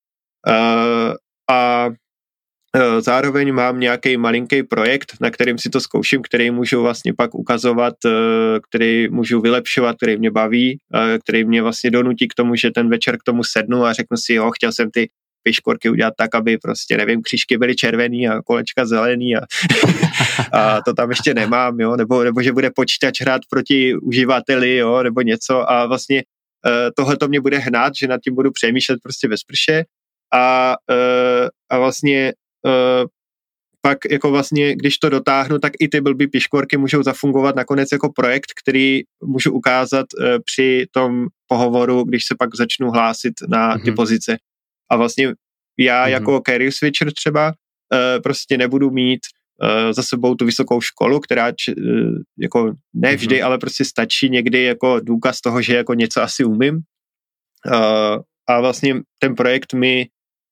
A zároveň mám nějaký malinký projekt, na kterým si to zkouším, který můžu vlastně pak ukazovat, který můžu vylepšovat, který mě baví, který mě vlastně donutí k tomu, že ten večer k tomu sednu a řeknu si, jo, chtěl jsem ty piškvorky udělat tak, aby prostě, nevím, křížky byly červený a kolečka zelený a to tam ještě nemám, jo, nebo že bude počítač hrát proti uživateli, jo, nebo něco a vlastně tohle to mě bude hnát, že nad tím budu přemýšlet prostě ve sprše a vlastně pak jako vlastně, když to dotáhnu, tak i ty blbý piškvorky můžou zafungovat nakonec jako projekt, který můžu ukázat při tom pohovoru, když se pak začnu hlásit na ty pozice. A vlastně já jako career switcher třeba prostě nebudu mít za sebou tu vysokou školu, která jako ne vždy, ale prostě stačí někdy jako důkaz toho, že jako něco asi umím. A vlastně ten projekt mi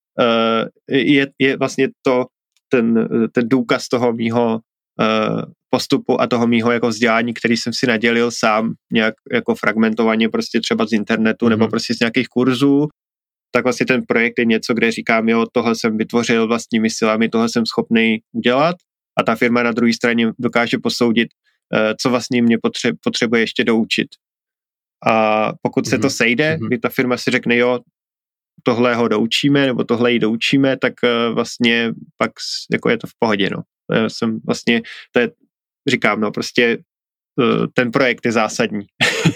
je vlastně ten důkaz toho mýho postupu a toho mýho jako vzdělání, který jsem si nadělil sám nějak jako fragmentovaně prostě třeba z internetu nebo prostě z nějakých kurzů, tak vlastně ten projekt je něco, kde říkám, jo, tohle jsem vytvořil vlastními silami, tohle jsem schopný udělat a ta firma na druhé straně dokáže posoudit, co vlastně mě potřebuje ještě doučit. A pokud se to sejde, kdy ta firma si řekne, jo, tohle ho doučíme, nebo tohle ji doučíme, tak vlastně pak jako je to v pohodě, no. Říkám, no, prostě ten projekt je zásadní.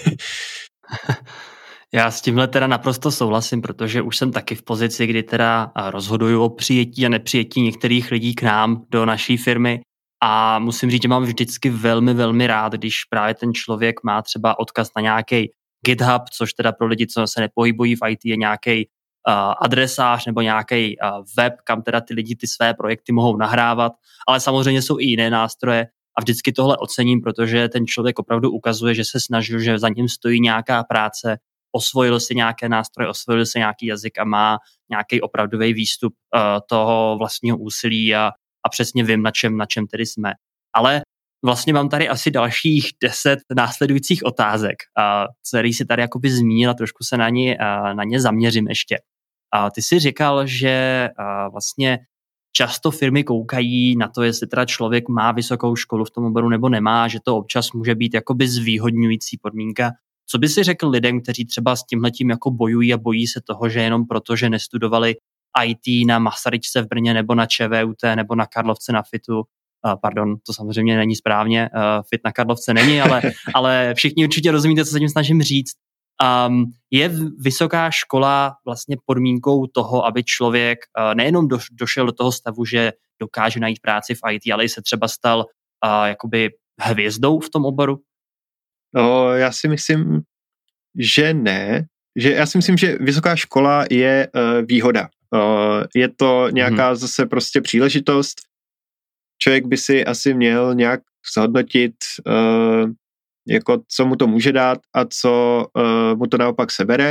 Já s tímhle teda naprosto souhlasím, protože už jsem taky v pozici, kdy teda rozhoduju o přijetí a nepřijetí některých lidí k nám do naší firmy a musím říct, že mám vždycky velmi, velmi rád, když právě ten člověk má třeba odkaz na nějaký GitHub, což teda pro lidi, co se nepohybují v IT, je nějaký adresář nebo nějaký web, kam teda ty lidi ty své projekty mohou nahrávat, ale samozřejmě jsou i jiné nástroje a vždycky tohle ocením, protože ten člověk opravdu ukazuje, že se snažil, že za ním stojí nějaká práce, osvojil si nějaké nástroje, osvojil si nějaký jazyk a má nějaký opravdový výstup toho vlastního úsilí a přesně vím, na čem tedy jsme. Ale vlastně mám tady asi dalších 10 následujících otázek, který si tady jakoby zmínil a trošku se na ně zaměřím ještě. Ty jsi říkal, že vlastně často firmy koukají na to, jestli teda člověk má vysokou školu v tom oboru nebo nemá, že to občas může být jakoby zvýhodňující podmínka. Co by si řekl lidem, kteří třeba s tímhletím jako bojují a bojí se toho, že jenom proto, že nestudovali IT na Masaryčce v Brně nebo na ČVUT nebo na Karlovce na FITu, pardon, to samozřejmě není správně, FIT na Karlovce není, ale všichni určitě rozumíte, co se tím snažím říct. Je vysoká škola vlastně podmínkou toho, aby člověk nejenom došel do toho stavu, že dokáže najít práci v IT, ale i se třeba stal jakoby hvězdou v tom oboru? No, já si myslím, že ne. Já si myslím, že vysoká škola je výhoda. Je to nějaká zase prostě příležitost. Člověk by si asi měl nějak zhodnotit, jako co mu to může dát a co mu to naopak sebere.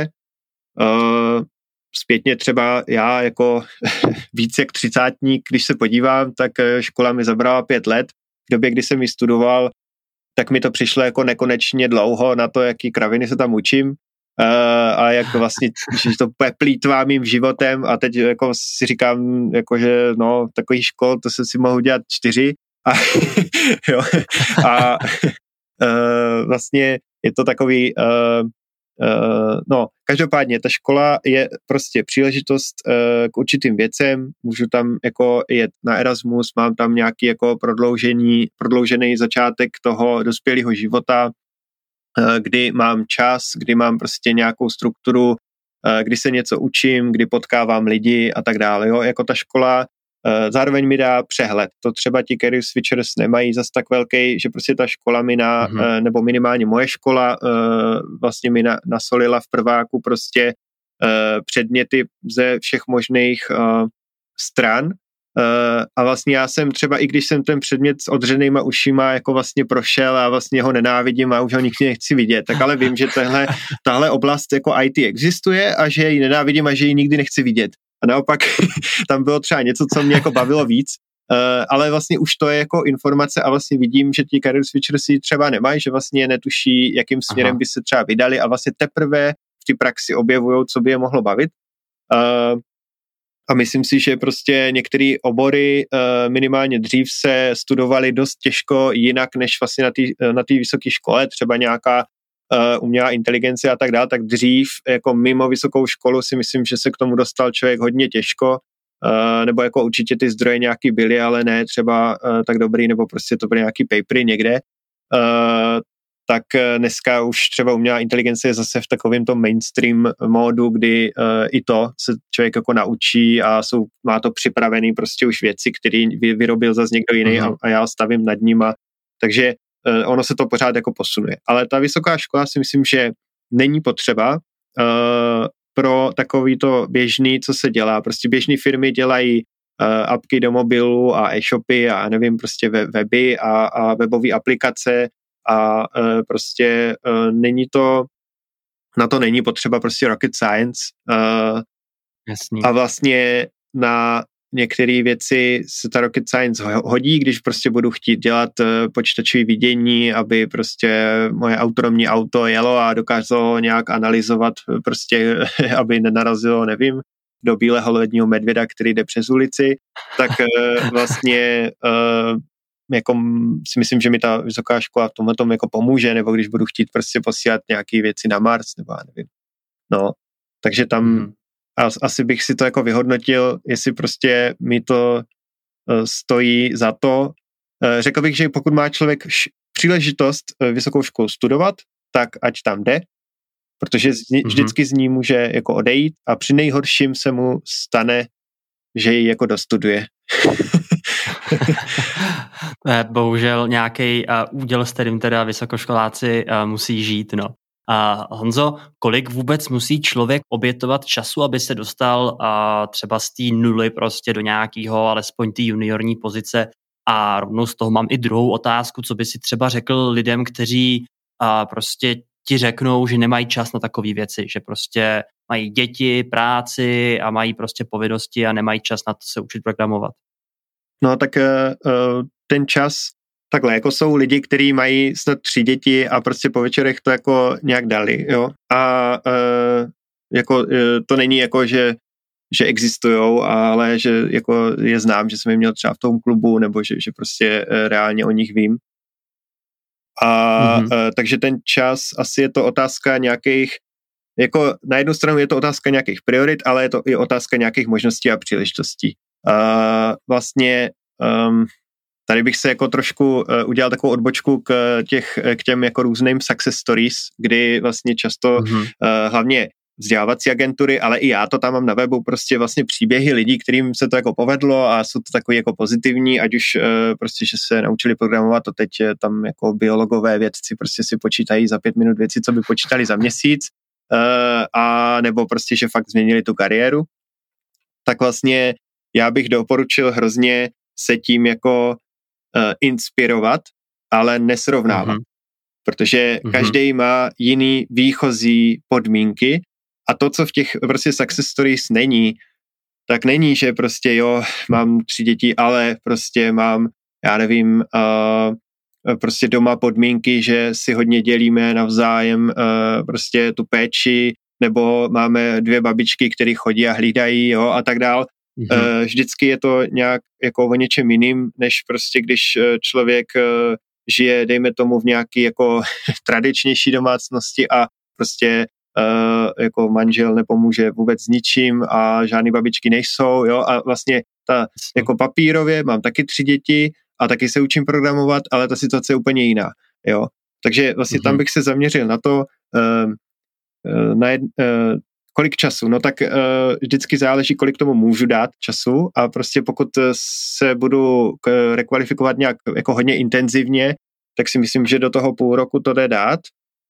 Zpětně třeba já jako víc jak 30-tník, když se podívám, tak škola mi zabrala 5 let. V době, kdy jsem ji studoval, tak mi to přišlo jako nekonečně dlouho na to, jaký kraviny se tam učím a jak vlastně, že to plýtvá mým životem a teď jako si říkám, jako že no, takových škol, to jsem si mohl dělat 4 a, jo, a vlastně je to takový no, každopádně ta škola je prostě příležitost k určitým věcem, můžu tam jako jet na Erasmus, mám tam nějaký jako prodloužený začátek toho dospělého života, kdy mám čas, kdy mám prostě nějakou strukturu, kdy se něco učím, kdy potkávám lidi a tak dále, jo, jako ta škola zároveň mi dá přehled. To třeba ti career switchers nemají zas tak velký, že prostě ta škola mi nebo minimálně moje škola vlastně mi nasolila v prváku prostě předměty ze všech možných stran a vlastně já jsem třeba, i když jsem ten předmět s odřenýma ušima jako vlastně prošel a vlastně ho nenávidím a už ho nikdy nechci vidět, tak ale vím, že tahle oblast jako IT existuje a že ji nenávidím a že ji nikdy nechci vidět. A naopak tam bylo třeba něco, co mě jako bavilo víc, ale vlastně už to je jako informace a vlastně vidím, že ti career switchers si třeba nemají, že vlastně netuší, jakým směrem by se třeba vydali a vlastně teprve v té praxi objevujou, co by je mohlo bavit. A myslím si, že prostě některé obory minimálně dřív se studovaly dost těžko jinak, než vlastně na té vysoké škole, třeba nějaká umělá inteligence a tak dále, tak dřív jako mimo vysokou školu si myslím, že se k tomu dostal člověk hodně těžko, nebo jako určitě ty zdroje nějaký byly, ale ne třeba tak dobrý, nebo prostě to byly nějaký papery někde, tak dneska už třeba umělá inteligence je zase v takovém tom mainstream módu, kdy i to se člověk jako naučí a má to připravený prostě už věci, které vyrobil zase někdo jiný a já stavím nad ním, takže ono se to pořád jako posunuje. Ale ta vysoká škola si myslím, že není potřeba pro takový to běžný, co se dělá. Prostě běžné firmy dělají apky do mobilu a e-shopy a nevím, prostě weby a webové aplikace a prostě na to není potřeba prostě rocket science. Jasný. A vlastně na některé věci se ta rocket science hodí, když prostě budu chtít dělat počítačové vidění, aby prostě moje autonomní auto jelo a dokázalo nějak analyzovat prostě, aby nenarazilo, nevím, do bílého ledního medvěda, který jde přes ulici, tak vlastně jako si myslím, že mi ta vysoká škola v tomhle tom jako pomůže, nebo když budu chtít prostě posílat nějaké věci na Mars, nebo já nevím. No, takže tam asi bych si to jako vyhodnotil, jestli prostě mi to stojí za to. Řekl bych, že pokud má člověk příležitost vysokou školu studovat, tak ať tam jde, protože vždycky z ní může jako odejít a při nejhorším se mu stane, že ji jako dostuduje. To je bohužel nějaký úděl, s kterým teda vysokoškoláci musí žít, no. Honzo, kolik vůbec musí člověk obětovat času, aby se dostal třeba z té nuly prostě do nějakého, alespoň té juniorní pozice? A rovnou z toho mám i druhou otázku, co by si třeba řekl lidem, kteří prostě ti řeknou, že nemají čas na takové věci, že prostě mají děti, práci a mají prostě povinnosti a nemají čas na to se učit programovat. No tak ten čas, takhle, jako jsou lidi, kteří mají snad 3 děti a prostě po večerech to jako nějak dali, jo. A jako to není jako, že existujou, ale že jako je znám, že jsem je měl třeba v tom klubu, nebo že prostě reálně o nich vím. A takže ten čas, asi je to otázka nějakých, jako na jednu stranu je to otázka nějakých priorit, ale je to i otázka nějakých možností a příležitostí. Vlastně tady bych se jako trošku udělal takovou odbočku k těm jako různým success stories, kdy vlastně často hlavně vzdělávací agentury, ale i já to tam mám na webu, prostě vlastně příběhy lidí, kterým se to jako povedlo a jsou to takový jako pozitivní, ať už prostě, že se naučili programovat, a teď tam jako biologové vědci prostě si počítají za 5 minut věci, co by počítali za měsíc, a nebo prostě, že fakt změnili tu kariéru, tak vlastně já bych doporučil hrozně se tím jako inspirovat, ale nesrovnávat. Protože každý má jiný výchozí podmínky a to, co v těch prostě success stories není, tak není, že prostě jo, mám 3 děti, ale prostě mám, já nevím, prostě doma podmínky, že si hodně dělíme navzájem prostě tu péči, nebo máme 2 babičky, které chodí a hlídají, jo, a tak dál. Vždycky je to nějak jako o něčem jiným, než prostě když člověk žije, dejme tomu, v nějaký jako tradičnější domácnosti a prostě jako manžel nepomůže vůbec ničím a žádný babičky nejsou, jo, a vlastně jako papírově mám taky 3 děti a taky se učím programovat, ale ta situace je úplně jiná, jo. Takže vlastně tam bych se zaměřil na to, kolik času, no tak vždycky záleží, kolik tomu můžu dát času a prostě pokud se budu rekvalifikovat nějak jako hodně intenzivně, tak si myslím, že do toho půl roku to jde dát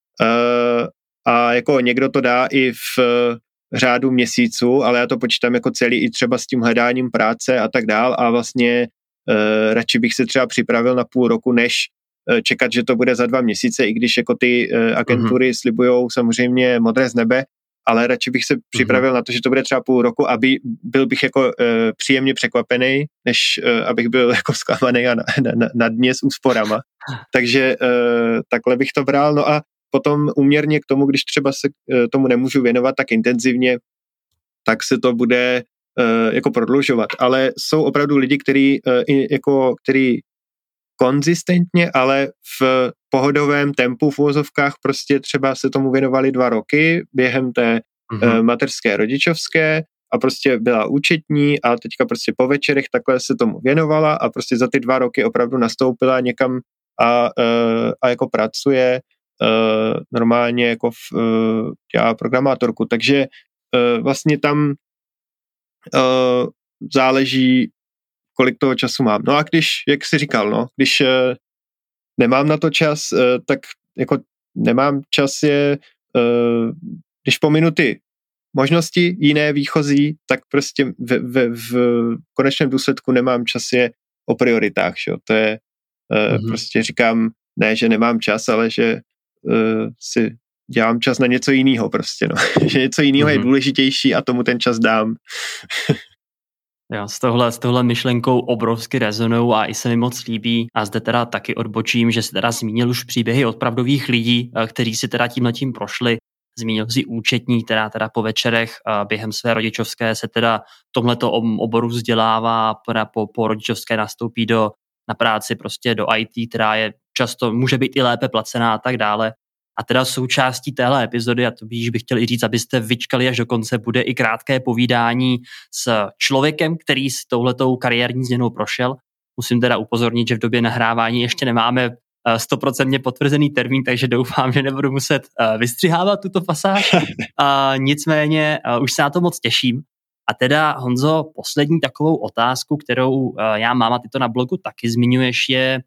a jako někdo to dá i v řádu měsíců, ale já to počítám jako celý i třeba s tím hledáním práce a tak dál a vlastně radši bych se třeba připravil na půl roku, než čekat, že to bude za 2 měsíce, i když jako ty agentury slibujou samozřejmě modré z nebe, ale radši bych se připravil na to, že to bude třeba půl roku, aby byl bych jako příjemně překvapený, než abych byl jako zklamaný a na dně s úsporama. Takže takhle bych to bral. No a potom úměrně k tomu, když třeba se tomu nemůžu věnovat tak intenzivně, tak se to bude jako prodlužovat. Ale jsou opravdu lidi, kteří konzistentně, ale v pohodovém tempu v uvozovkách prostě třeba se tomu věnovali 2 roky během té mateřské rodičovské a prostě byla účetní a teďka prostě po večerech takhle se tomu věnovala a prostě za ty 2 roky opravdu nastoupila někam a jako pracuje normálně jako dělá programátorku, takže vlastně tam záleží, kolik toho času mám. No a když, jak jsi říkal, když nemám na to čas, tak jako nemám čas když pominu ty možnosti jiné výchozí, tak prostě v konečném důsledku nemám čas je o prioritách, že? To je prostě říkám, ne, že nemám čas, ale že si dělám čas na něco jiného prostě, že něco jiného je důležitější a tomu ten čas dám. Jo, s tohle myšlenkou obrovsky rezonuju a i se mi moc líbí a zde teda taky odbočím, že si teda zmínil už příběhy opravdových lidí, kteří si teda tímhletím prošli. Zmínil si účetní, která teda po večerech během své rodičovské se teda v tomhleto oboru vzdělává, po rodičovské nastoupí na práci prostě do IT, která je často, může být i lépe placená a tak dále. A teda součástí téhle epizody, a to bych chtěl i říct, abyste vyčkali až do konce, bude i krátké povídání s člověkem, který s touhletou kariérní změnou prošel. Musím teda upozornit, že v době nahrávání ještě nemáme 100% potvrzený termín, takže doufám, že nebudu muset vystřihávat tuto pasáž. Nicméně už se na to moc těším. A teda, Honzo, poslední takovou otázku, kterou já mám, a ty to na blogu taky zmiňuješ, je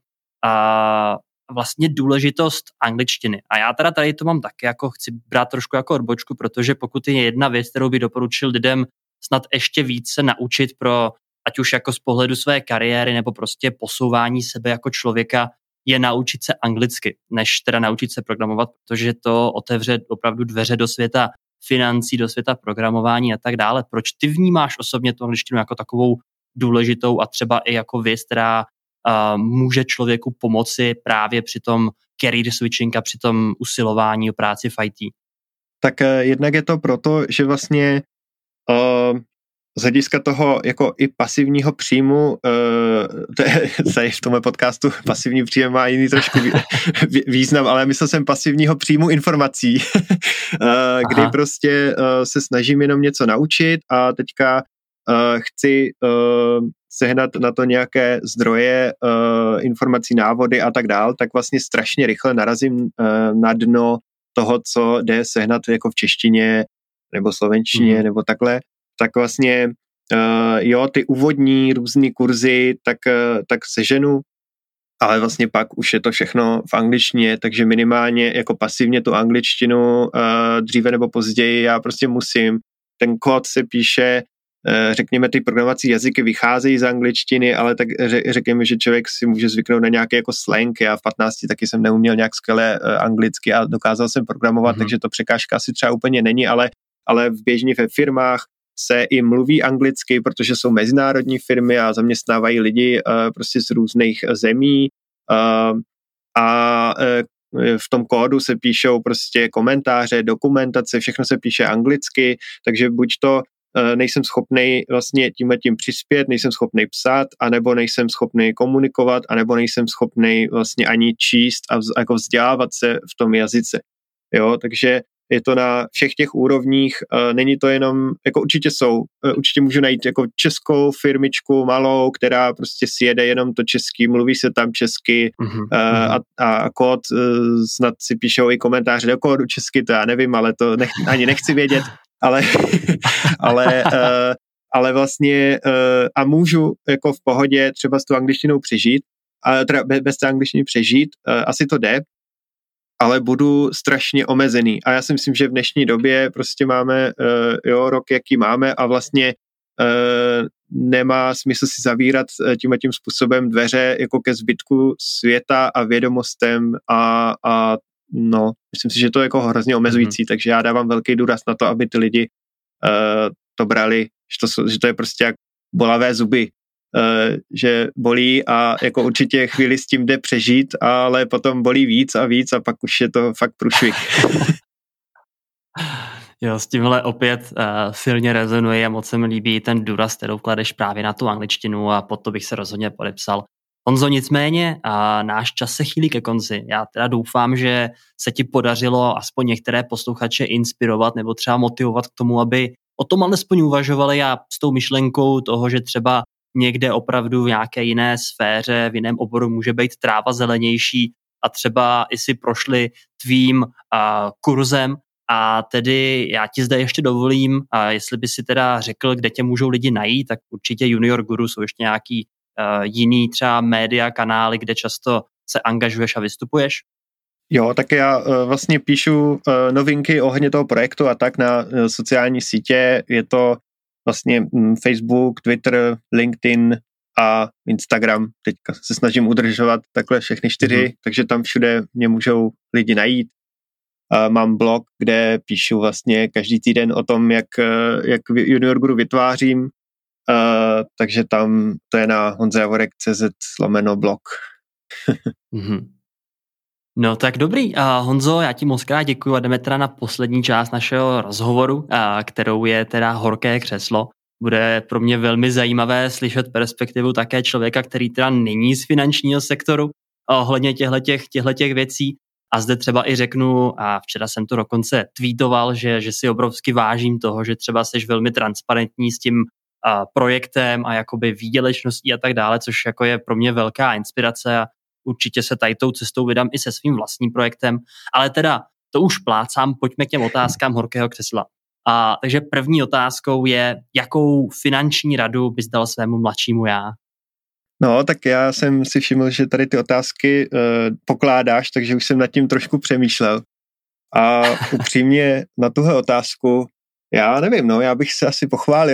vlastně důležitost angličtiny. A já teda tady to mám taky, jako chci brát trošku jako odbočku, protože pokud je jedna věc, kterou by doporučil lidem snad ještě více naučit ať už jako z pohledu své kariéry nebo prostě posouvání sebe jako člověka, je naučit se anglicky, než teda naučit se programovat, protože to otevře opravdu dveře do světa financí, do světa programování a tak dále. Proč ty vnímáš osobně tu angličtinu jako takovou důležitou a třeba i jako věc, která může člověku pomoci právě při tom career switching a při tom usilování o práci v IT? Tak jednak je to proto, že vlastně z hlediska toho jako i pasivního příjmu, tady v tomhle podcastu pasivní příjem má jiný trošku význam, ale myslel jsem pasivního příjmu informací, kdy prostě se snažím jenom něco naučit a teďka chci sehnat na to nějaké zdroje informací, návody a tak dál, tak vlastně strašně rychle narazím na dno toho, co jde sehnat jako v češtině nebo slovenštině nebo takhle. Tak vlastně ty úvodní různý kurzy tak seženu, ale vlastně pak už je to všechno v angličtině, takže minimálně jako pasivně tu angličtinu dříve nebo později já prostě musím. Ten kód se píše, řekněme, ty programovací jazyky vycházejí z angličtiny, ale tak řekněme, že člověk si může zvyknout na nějaký jako slang. Já v 15 taky jsem neuměl nějak skvěle anglicky a dokázal jsem programovat, takže to překážka asi třeba úplně není, ale běžně ve firmách se i mluví anglicky, protože jsou mezinárodní firmy a zaměstnávají lidi prostě z různých zemí a v tom kódu se píšou prostě komentáře, dokumentace, všechno se píše anglicky, takže buď to nejsem schopnej vlastně tímhletím přispět, nejsem schopnej psát, anebo nejsem schopnej komunikovat, anebo nejsem schopnej vlastně ani číst a jako vzdělávat se v tom jazyce. Jo, takže je to na všech těch úrovních, není to jenom, jako určitě můžu najít jako českou firmičku malou, která prostě si jede jenom to česky, mluví se tam česky a kód snad si píšou i komentáře do kódu česky, to já nevím, ale to ani nechci vědět, ale vlastně a můžu jako v pohodě třeba s tou angličtinou přežít, teda bez té angličtiny přežít, asi to jde, ale budu strašně omezený. A já si myslím, že v dnešní době prostě máme rok, jaký máme a vlastně nemá smysl si zavírat tím způsobem dveře jako ke zbytku světa a vědomostem a myslím si, že to je jako hrozně omezující, takže já dávám velký důraz na to, aby ty lidi to brali, že to je prostě jak bolavé zuby, že bolí a jako určitě chvíli s tím jde přežít, ale potom bolí víc a pak už je to fakt průšvih. Jo, s tímhle opět silně rezonuje a moc se mi líbí ten důraz, kterou kladeš právě na tu angličtinu a pod to bych se rozhodně podepsal. Honzo, nicméně náš čas se chýlí ke konci. Já teda doufám, že se ti podařilo aspoň některé posluchače inspirovat nebo třeba motivovat k tomu, aby o tom alespoň uvažovali a s tou myšlenkou toho, že třeba někde opravdu v nějaké jiné sféře, v jiném oboru může být tráva zelenější a třeba i si prošli tvým kurzem. A tedy já ti zde ještě dovolím, jestli by si teda řekl, kde tě můžou lidi najít, tak určitě Junior Guru jsou ještě nějaký jiný třeba média, kanály, kde často se angažuješ a vystupuješ? Jo, tak já vlastně píšu novinky ohledně toho projektu a tak na sociální sítě. Je to vlastně Facebook, Twitter, LinkedIn a Instagram. Teďka se snažím udržovat takhle všechny 4, takže tam všude mě můžou lidi najít. Mám blog, kde píšu vlastně každý týden o tom, jak Junior Guru vytvářím, takže tam to je na honzajavorek.cz/blog. No tak dobrý. Honzo, já ti moc krát děkuju a jdeme teda na poslední část našeho rozhovoru, kterou je teda horké křeslo. Bude pro mě velmi zajímavé slyšet perspektivu také člověka, který teda není z finančního sektoru ohledně těchto věcí. A zde třeba i řeknu, a včera jsem to dokonce tweetoval, že si obrovsky vážím toho, že třeba jsi velmi transparentní s tím projektem a jakoby výdělečností a tak dále, což jako je pro mě velká inspirace a určitě se tady tou cestou vydám i se svým vlastním projektem. Ale teda to už plácám, pojďme k těm otázkám horkého křesla. Takže první otázkou je, jakou finanční radu bys dal svému mladšímu já? No, tak já jsem si všiml, že tady ty otázky pokládáš, takže už jsem nad tím trošku přemýšlel. A upřímně na tuhle otázku, já nevím, já bych se asi pochválil.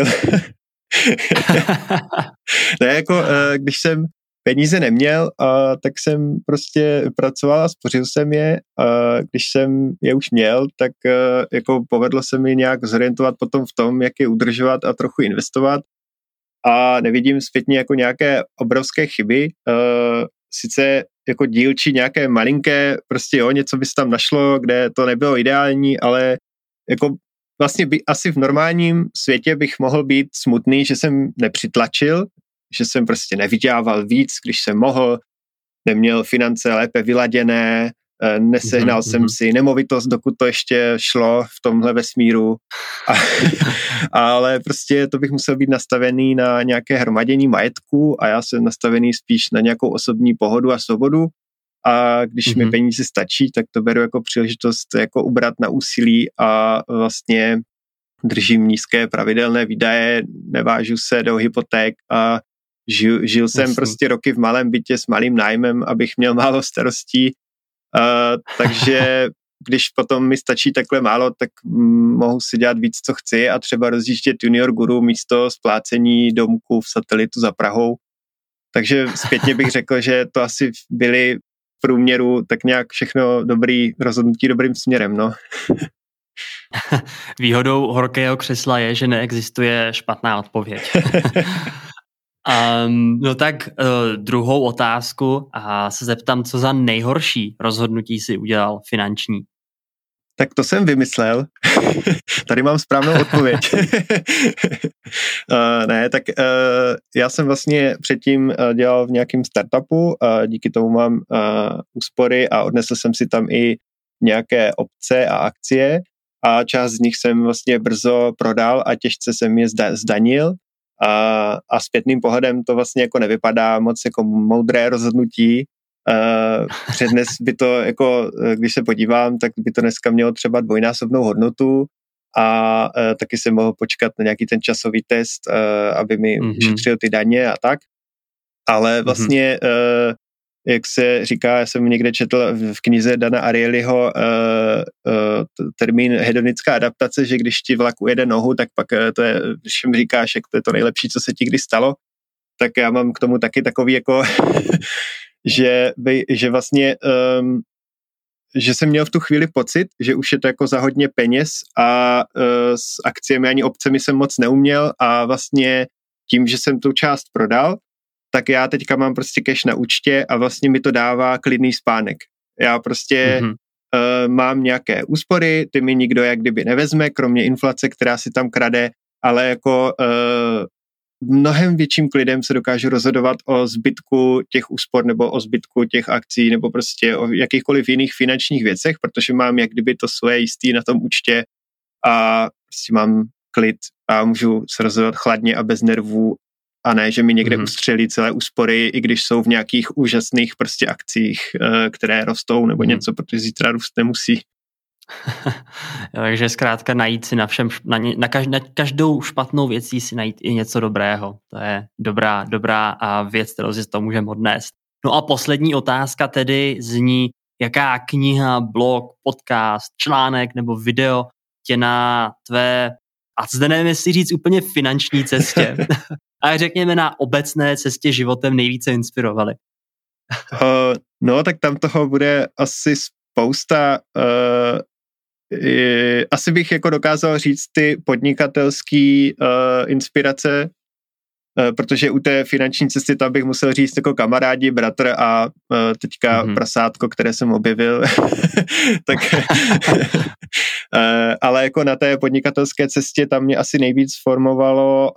Ne, jako když jsem peníze neměl, tak jsem prostě pracoval a spořil jsem je. Když jsem je už měl, tak jako povedlo se mi nějak zorientovat potom v tom, jak je udržovat a trochu investovat. A nevidím zpětně jako nějaké obrovské chyby. Sice jako dílčí nějaké malinké, prostě něco by se tam našlo, kde to nebylo ideální, ale jako vlastně asi v normálním světě bych mohl být smutný, že jsem nepřitlačil, že jsem prostě nevydělával víc, když jsem mohl, neměl finance lépe vyladěné, nesehnal jsem si nemovitost, dokud to ještě šlo v tomhle vesmíru. Ale prostě to bych musel být nastavený na nějaké hromadění majetku a já jsem nastavený spíš na nějakou osobní pohodu a svobodu. A když mi peníze stačí, tak to beru jako příležitost jako ubrat na úsilí a vlastně držím nízké pravidelné výdaje, nevážu se do hypoték a žil jsem prostě roky v malém bytě s malým nájmem, abych měl málo starostí. Takže když potom mi stačí takhle málo, tak mohu si dělat víc, co chci a třeba rozjíždět Junior Guru místo splácení domku v Satelitu za Prahou. Takže zpětně bych řekl, že to asi byly v průměru tak nějak všechno dobrý rozhodnutí dobrým směrem, no. Výhodou horkého křesla je, že neexistuje špatná odpověď. No tak druhou otázku a se zeptám, co za nejhorší rozhodnutí si udělal finanční? Tak to jsem vymyslel. Tady mám správnou odpověď. Já jsem vlastně předtím dělal v nějakém startupu, díky tomu mám úspory a odnesl jsem si tam i nějaké opce a akcie a část z nich jsem vlastně brzo prodal a těžce jsem je zdanil. A zpětným pohledem to vlastně jako nevypadá moc jako moudré rozhodnutí. Přednes by to jako, když se podívám, tak by to dneska mělo třeba dvojnásobnou hodnotu a taky jsem mohl počkat na nějaký ten časový test, aby mi šetřil ty daně a tak. Ale vlastně, jak se říká, já jsem někde četl v knize Dana Arielyho termín hedonická adaptace, že když ti vlak ujede nohu, tak pak to je, když mi říkáš, jak to je to nejlepší, co se ti kdy stalo, tak já mám k tomu taky takový jako že vlastně že jsem měl v tu chvíli pocit, že už je to jako za hodně peněz a s akciemi ani opcemi jsem moc neuměl a vlastně tím, že jsem tu část prodal, tak já teďka mám prostě cash na účtě a vlastně mi to dává klidný spánek. Já prostě mám nějaké úspory, ty mi nikdo jak kdyby nevezme, kromě inflace, která si tam krade, ale jako mnohem větším klidem se dokážu rozhodovat o zbytku těch úspor nebo o zbytku těch akcí nebo prostě o jakýchkoliv jiných finančních věcech, protože mám jak kdyby to svoje jistý na tom účtě a prostě mám klid a můžu se rozhodovat chladně a bez nervů a ne, že mi někde ustřelí celé úspory, i když jsou v nějakých úžasných prostě akcích, které rostou nebo něco, protože zítra růst nemusí. Takže zkrátka najít si na každou špatnou věcí si najít i něco dobrého. To je dobrá věc, kterou si z toho můžeme odnést. No a poslední otázka tedy zní, jaká kniha, blog, podcast, článek nebo video tě na tvé, a zde nevím, jestli říct úplně finanční cestě, ale řekněme na obecné cestě životem nejvíce inspirovali. No, tak tam toho bude asi spousta. Asi bych jako dokázal říct ty podnikatelský inspirace, protože u té finanční cesty tam bych musel říct jako kamarádi, bratr a teďka prasátko, které jsem objevil. Tak, ale jako na té podnikatelské cestě tam mě asi nejvíc formovalo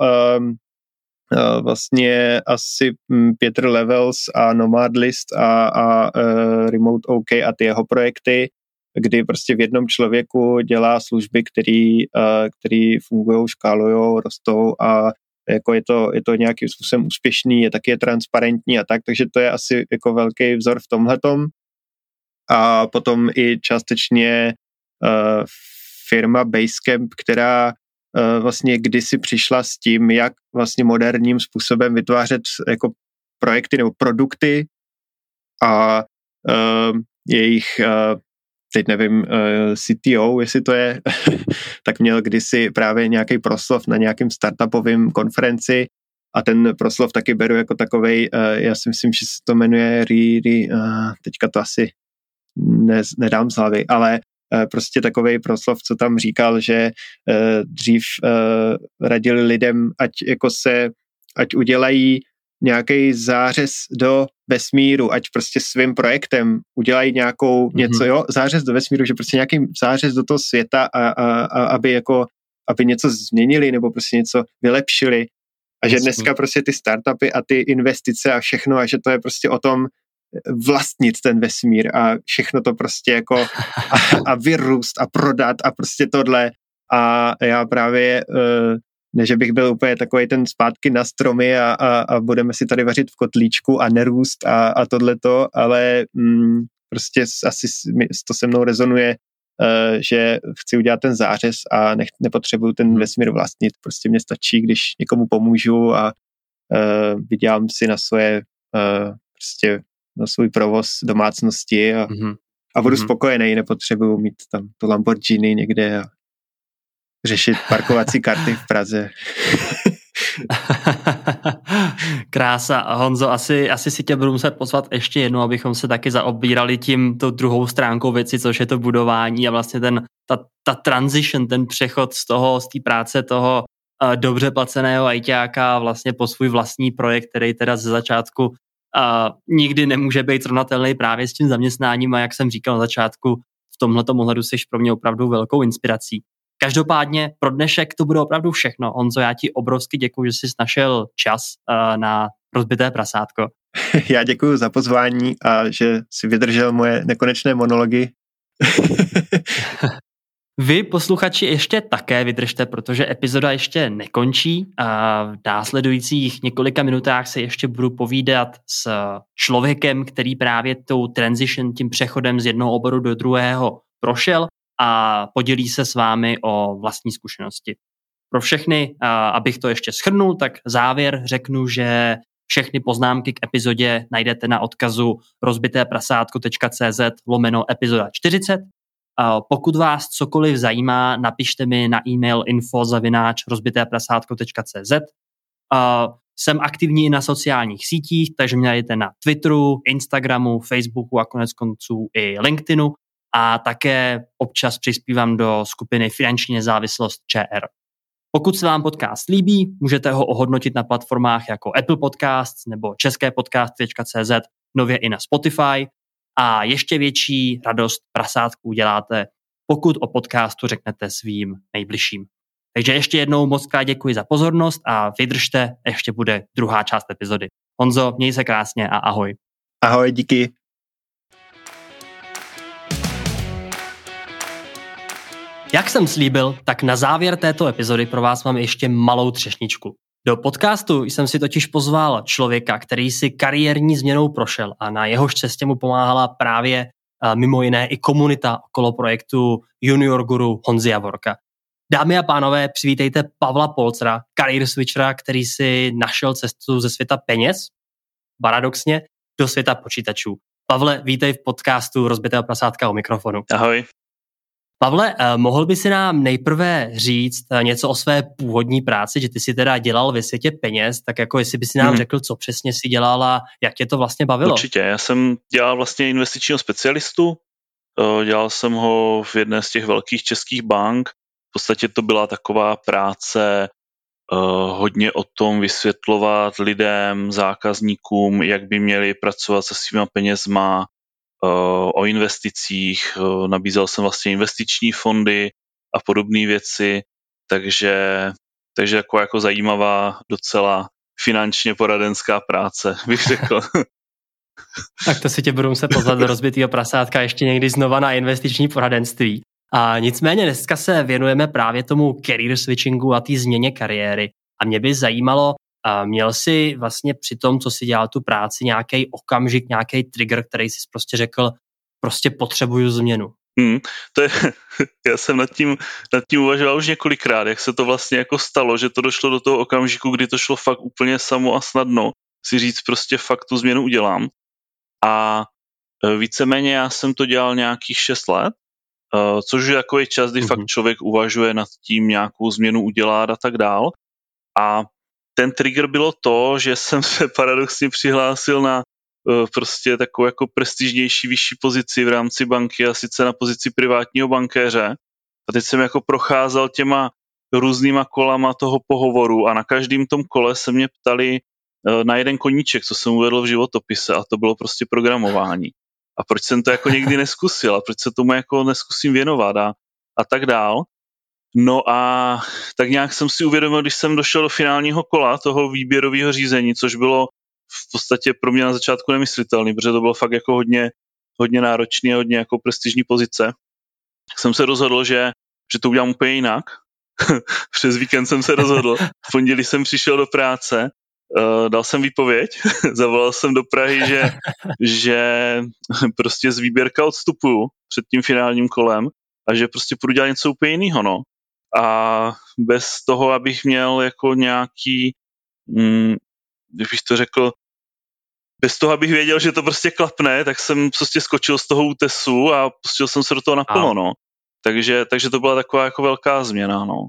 vlastně asi Pieter Levels a Nomad List a Remote OK a ty jeho projekty, kdy prostě v jednom člověku dělá služby, který fungují, škálujou, rostou a jako je to nějakým způsobem úspěšný, je taky transparentní a tak, takže to je asi jako velký vzor v tomhletom. A potom i částečně firma Basecamp, která vlastně kdysi přišla s tím, jak vlastně moderním způsobem vytvářet jako projekty nebo produkty a jejich teď nevím, CTO, jestli to je, tak měl kdysi právě nějaký proslov na nějakém startupovém konferenci a ten proslov taky beru jako takovej, já si myslím, že se to jmenuje teďka to asi nedám z hlavy, ale prostě takovej proslov, co tam říkal, že dřív radili lidem, ať udělají nějaký zářez do vesmíru, ať prostě svým projektem udělají nějakou něco, zářez do vesmíru, že prostě nějaký zářez do toho světa a aby něco změnili nebo prostě něco vylepšili a že dneska prostě ty startupy a ty investice a všechno a že to je prostě o tom vlastnit ten vesmír a všechno to prostě jako a vyrůst a prodat a prostě tohle a já právě ne, že bych byl úplně takovej ten zpátky na stromy a budeme si tady vařit v kotlíčku a nerůst a tohleto, ale prostě asi to se mnou rezonuje, že chci udělat ten zářez a nepotřebuju ten vesmír vlastnit. Prostě mě stačí, když někomu pomůžu a vydělám si na svoje prostě na svůj provoz domácnosti a budu spokojený, nepotřebuju mít tam to Lamborghini někde a řešit parkovací karty v Praze. Krása. Honzo, asi si tě budu muset pozvat ještě jednou, abychom se taky zaobírali tou druhou stránkou věci, což je to budování a vlastně ta transition, ten přechod z té práce toho dobře placeného ajťáka vlastně po svůj vlastní projekt, který teda ze začátku nikdy nemůže být srovnatelný právě s tím zaměstnáním a jak jsem říkal na začátku, v tomhletom ohledu jsi pro mě opravdu velkou inspirací. Každopádně pro dnešek to bude opravdu všechno. Honzo, já ti obrovsky děkuji, že jsi našel čas na rozbité prasátko. Já děkuji za pozvání a že si vydržel moje nekonečné monology. Vy, posluchači, ještě také vydržte, protože epizoda ještě nekončí. V následujících několika minutách se ještě budu povídat s člověkem, který právě tou transition, tím přechodem z jednoho oboru do druhého prošel a podělí se s vámi o vlastní zkušenosti. Pro všechny, abych to ještě shrnul, tak závěr řeknu, že všechny poznámky k epizodě najdete na odkazu rozbiteprasátko.cz/epizoda 40. Pokud vás cokoliv zajímá, napište mi na e-mail info@rozbiteprasátko.cz. Jsem aktivní i na sociálních sítích, takže mě najdete na Twitteru, Instagramu, Facebooku a konec konců i LinkedInu a také občas přispívám do skupiny Finanční nezávislost ČR. Pokud se vám podcast líbí, můžete ho ohodnotit na platformách jako Apple Podcasts nebo česképodcasty.cz, nově i na Spotify. A ještě větší radost prasátku uděláte, pokud o podcastu řeknete svým nejbližším. Takže ještě jednou moc krát děkuji za pozornost a vydržte, ještě bude druhá část epizody. Honzo, měj se krásně a ahoj. Ahoj, díky. Jak jsem slíbil, tak na závěr této epizody pro vás mám ještě malou třešničku. Do podcastu jsem si totiž pozval člověka, který si kariérní změnou prošel a na jehož cestě mu pomáhala právě mimo jiné i komunita okolo projektu Junior Guru Honzy Javorka. Dámy a pánové, přivítejte Pavla Polcera, career switchera, který si našel cestu ze světa peněz, paradoxně, do světa počítačů. Pavle, vítej v podcastu Rozbitého prasátka u mikrofonu. Ahoj. Pavle, mohl by si nám nejprve říct něco o své původní práci, že ty si teda dělal ve světě peněz, tak jako jestli by si nám řekl, co přesně si dělal a jak tě to vlastně bavilo? Určitě, já jsem dělal vlastně investičního specialistu, dělal jsem ho v jedné z těch velkých českých bank, v podstatě to byla taková práce hodně o tom vysvětlovat lidem, zákazníkům, jak by měli pracovat se svýma penězma, o investicích, nabízel jsem vlastně investiční fondy a podobné věci, takže jako zajímavá, docela finančně poradenská práce, bych řekl. Tak to si tě budu muset pozvat do Rozbitýho prasátka ještě někdy znova na investiční poradenství. A nicméně dneska se věnujeme právě tomu career switchingu a té změně kariéry. A mě by zajímalo, měl jsi vlastně při tom, co jsi dělal tu práci, nějaký okamžik, nějaký trigger, který jsi prostě řekl, prostě potřebuju změnu. Já jsem nad tím uvažoval už několikrát, jak se to vlastně jako stalo, že to došlo do toho okamžiku, kdy to šlo fakt úplně samo a snadno si říct prostě fakt tu změnu udělám. A víceméně já jsem to dělal nějakých 6 let, což je takový čas, kdy fakt člověk uvažuje nad tím nějakou změnu udělat a tak dál. A ten trigger bylo to, že jsem se paradoxně přihlásil na prostě takovou jako prestižnější vyšší pozici v rámci banky a sice na pozici privátního bankéře. A teď jsem jako procházel těma různýma kolama toho pohovoru a na každém tom kole se mě ptali na jeden koníček, co jsem uvedl v životopise a to bylo prostě programování. A proč jsem to jako nikdy neskusil a proč se tomu jako neskusím věnovat a tak dál. No a tak nějak jsem si uvědomil, když jsem došel do finálního kola toho výběrového řízení, což bylo v podstatě pro mě na začátku nemyslitelný, protože to bylo fakt jako hodně náročný a hodně jako prestižní pozice. Tak jsem se rozhodl, že to udělám úplně jinak. Přes víkend jsem se rozhodl. V pondělí jsem přišel do práce, dal jsem výpověď, zavolal jsem do Prahy, že prostě z výběrka odstupuju před tím finálním kolem a že prostě půjdu dělat něco úplně jiného, no. A bez toho, abych měl jako nějaký, bych to řekl, bez toho, abych věděl, že to prostě klapne, tak jsem prostě skočil z toho útesu a pustil jsem se do toho naplno, no. Takže to byla taková jako velká změna, no.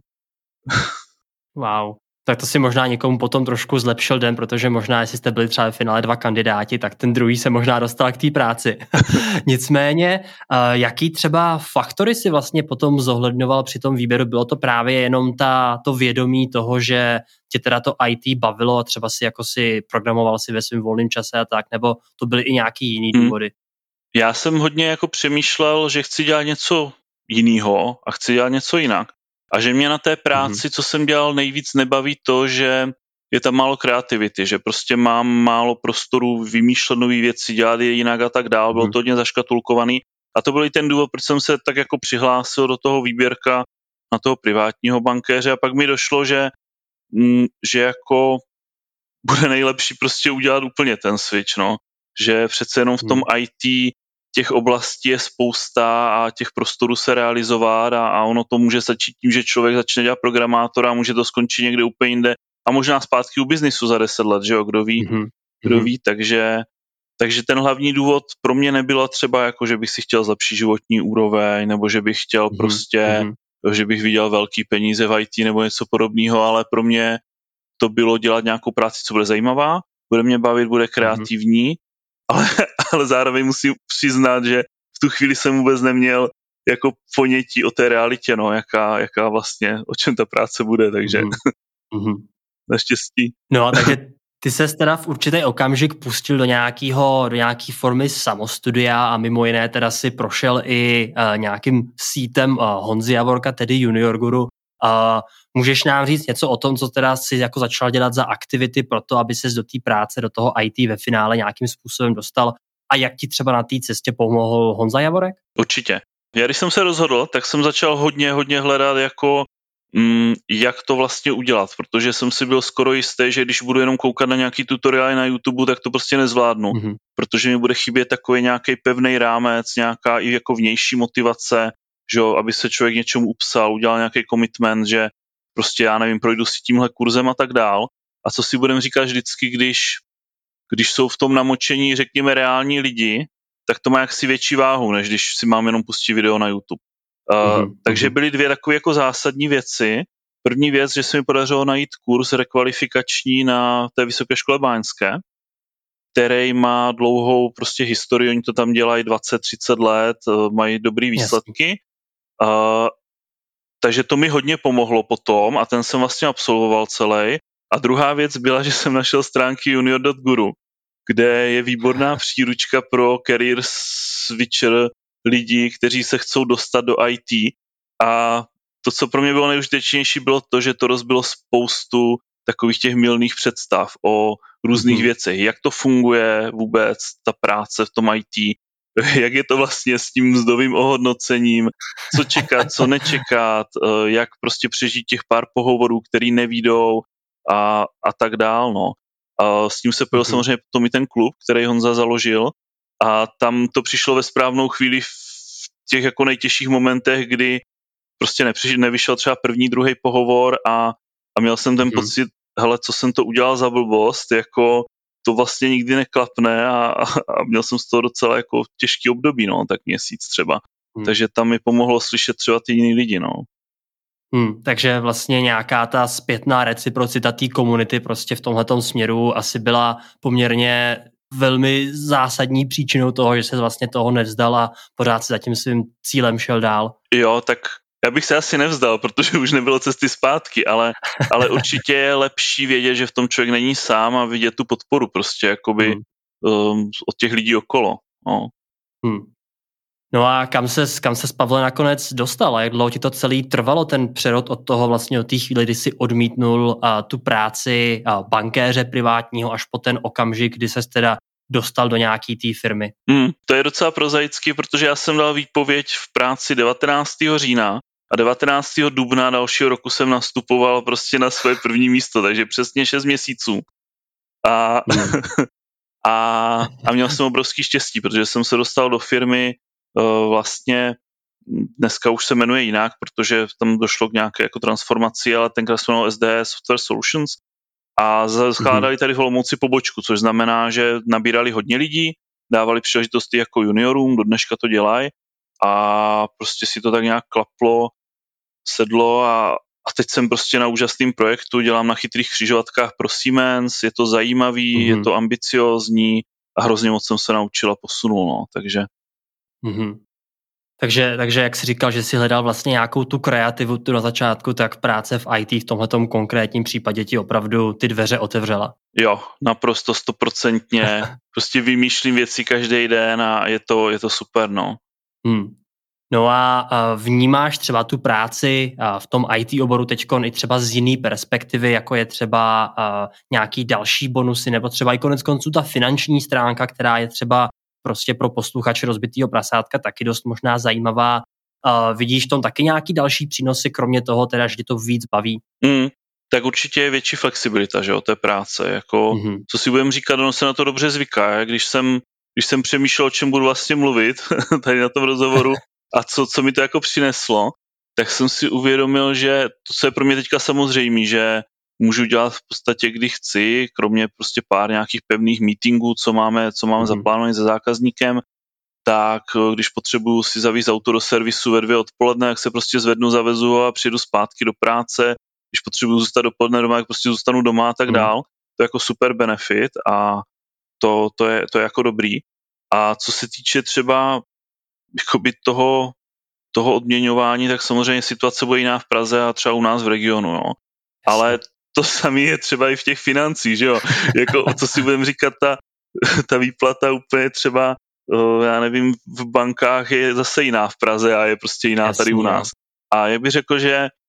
Wow. Tak to si možná někomu potom trošku zlepšil den, protože možná, jestli jste byli třeba v finále 2 kandidáti, tak ten druhý se možná dostal k té práci. Nicméně, jaký třeba faktory si vlastně potom zohledňoval při tom výběru? Bylo to právě jenom to vědomí toho, že tě teda to IT bavilo a třeba si jako si programoval si ve svém volném čase a tak, nebo to byly i nějaký jiný důvody? Já jsem hodně jako přemýšlel, že chci dělat něco jinýho a chci dělat něco jinak. A že mě na té práci, co jsem dělal, nejvíc nebaví to, že je tam málo kreativity, že prostě mám málo prostoru vymýšlet nové věci, dělat je jinak a tak dál, bylo to hodně zaškatulkovaný. A to byl i ten důvod, proč jsem se tak jako přihlásil do toho výběrka na toho privátního bankéře a pak mi došlo, že jako bude nejlepší prostě udělat úplně ten switch, no. Že přece jenom v tom IT těch oblastí je spousta a těch prostorů se realizovat a ono to může začít tím, že člověk začne dělat programátora a může to skončit někde úplně jinde a možná zpátky u biznisu za 10 let, že jo, kdo ví, takže ten hlavní důvod pro mě nebylo třeba jako, že bych si chtěl zlepšit životní úroveň nebo že bych chtěl že bych viděl velký peníze v IT nebo něco podobného, ale pro mě to bylo dělat nějakou práci, co bude zajímavá, bude mě bavit, bude kreativní, ale zároveň musím přiznat, že v tu chvíli jsem vůbec neměl jako ponětí o té realitě, no, jaká vlastně, o čem ta práce bude, takže naštěstí. No a takže ty ses teda v určitý okamžik pustil do nějaký formy samostudia a mimo jiné teda si prošel i nějakým sítem Honzy Javorka, tedy Junior Guru. Můžeš nám říct něco o tom, co teda si jako začal dělat za aktivity pro to, aby ses do té práce, do toho IT ve finále nějakým způsobem dostal a jak ti třeba na té cestě pomohl Honza Javorek? Určitě. Já když jsem se rozhodl, tak jsem začal hodně hledat jako jak to vlastně udělat, protože jsem si byl skoro jistý, že když budu jenom koukat na nějaký tutoriály na YouTube, tak to prostě nezvládnu, protože mi bude chybět takový nějaký pevný rámec, nějaká i jako vnější motivace, že jo, aby se člověk něčemu upsal, udělal nějaký commitment, že prostě já nevím, projdu si tímhle kurzem a tak dál. A co si budeme říkat vždycky, když jsou v tom namočení, řekněme, reální lidi, tak to má jaksi větší váhu, než když si mám jenom pustit video na YouTube. Takže byly dvě takové jako zásadní věci. První věc, že se mi podařilo najít kurz rekvalifikační na té Vysoké škole báňské, který má dlouhou prostě historii, oni to tam dělají 20-30 let, mají dobrý výsledky. Takže to mi hodně pomohlo potom a ten jsem vlastně absolvoval celý. A druhá věc byla, že jsem našel stránky junior.guru, kde je výborná příručka pro career switcher lidí, kteří se chcou dostat do IT. A to, co pro mě bylo nejužitečnější, bylo to, že to rozbilo spoustu takových těch mylných představ o různých věcech. Jak to funguje vůbec, ta práce v tom IT, jak je to vlastně s tím mzdovým ohodnocením, co čekat, co nečekat, jak prostě přežít těch pár pohovorů, který nevídou a tak dál, no. A s tím se pojil samozřejmě potom i ten klub, který Honza založil a tam to přišlo ve správnou chvíli v těch jako nejtěžších momentech, kdy prostě nevyšel třeba první, druhý pohovor a měl jsem ten pocit, hele, co jsem to udělal za blbost, jako to vlastně nikdy neklapne a měl jsem z toho docela jako těžký období, no, tak měsíc třeba. Takže tam mi pomohlo slyšet třeba ty jiný lidi, no. Takže vlastně nějaká ta zpětná reciprocita té komunity prostě v tomhletom směru asi byla poměrně velmi zásadní příčinou toho, že se vlastně toho nevzdal a pořád si za tím svým cílem šel dál. Jo, tak já bych se asi nevzdal, protože už nebylo cesty zpátky, ale určitě je lepší vědět, že v tom člověk není sám a vidět tu podporu prostě jakoby od těch lidí okolo. No. No a kam ses Pavle nakonec dostal a jak dlouho ti to celý trvalo ten přerod od toho vlastně od té chvíli, kdy si odmítnul tu práci bankéře privátního až po ten okamžik, kdy ses teda dostal do nějaký té firmy? To je docela prozaický, protože já jsem dal výpověď v práci 19. října a 19. dubna dalšího roku jsem nastupoval prostě na své první místo, takže přesně 6 měsíců. A měl jsem obrovský štěstí, protože jsem se dostal do firmy vlastně dneska už se jmenuje jinak, protože tam došlo k nějaké jako transformaci, ale tenkrát se jmenovalo SDS Software Solutions a skládali tady v Olomouci pobočku, což znamená, že nabírali hodně lidí, dávali příležitosti jako juniorům, do dneška to dělají a prostě si to tak nějak klaplo, sedlo a teď jsem prostě na úžasným projektu, dělám na chytrých křižovatkách pro Siemens, je to zajímavý, je to ambiciózní a hrozně moc jsem se naučil a posunul, no, takže Takže jak jsi říkal, že jsi hledal vlastně nějakou tu kreativitu na začátku, tak práce v IT v tomhletom konkrétním případě ti opravdu ty dveře otevřela. Jo, naprosto 100%. Prostě vymýšlím věci každý den a je to super, no. No a vnímáš třeba tu práci v tom IT oboru teďkon i třeba z jiný perspektivy, jako je třeba nějaký další bonusy, nebo třeba i konec konců ta finanční stránka, která je třeba prostě pro posluchače Rozbitýho prasátka taky dost možná zajímavá. Vidíš v tom taky nějaký další přínosy, kromě toho teda, že tě to víc baví? Tak určitě je větší flexibilita, že, o té práce. Jako, co si budeme říkat, ono se na to dobře zvyká. Když jsem přemýšlel, o čem budu vlastně mluvit tady na tom rozhovoru a co mi to jako přineslo, tak jsem si uvědomil, že to, co je pro mě teďka samozřejmé, že můžu dělat v podstatě, kdy chci, kromě prostě pár nějakých pevných meetingů, co máme zaplánované se zákazníkem, tak když potřebuju si zavízt auto do servisu ve 2 odpoledne, tak se prostě zvednu, zavezu a přijedu zpátky do práce. Když potřebuju zůstat dopoledne doma, tak prostě zůstanu doma a tak dál. To je jako super benefit a to je jako dobrý. A co se týče třeba jakoby toho odměňování, tak samozřejmě situace bude jiná v Praze a třeba u nás v regionu, jo. Ale to samé je třeba i v těch financích, že jo. Jako, co si budeme říkat, ta výplata úplně třeba, já nevím, v bankách je zase jiná v Praze a je prostě jiná tady u nás. A já bych řekl, že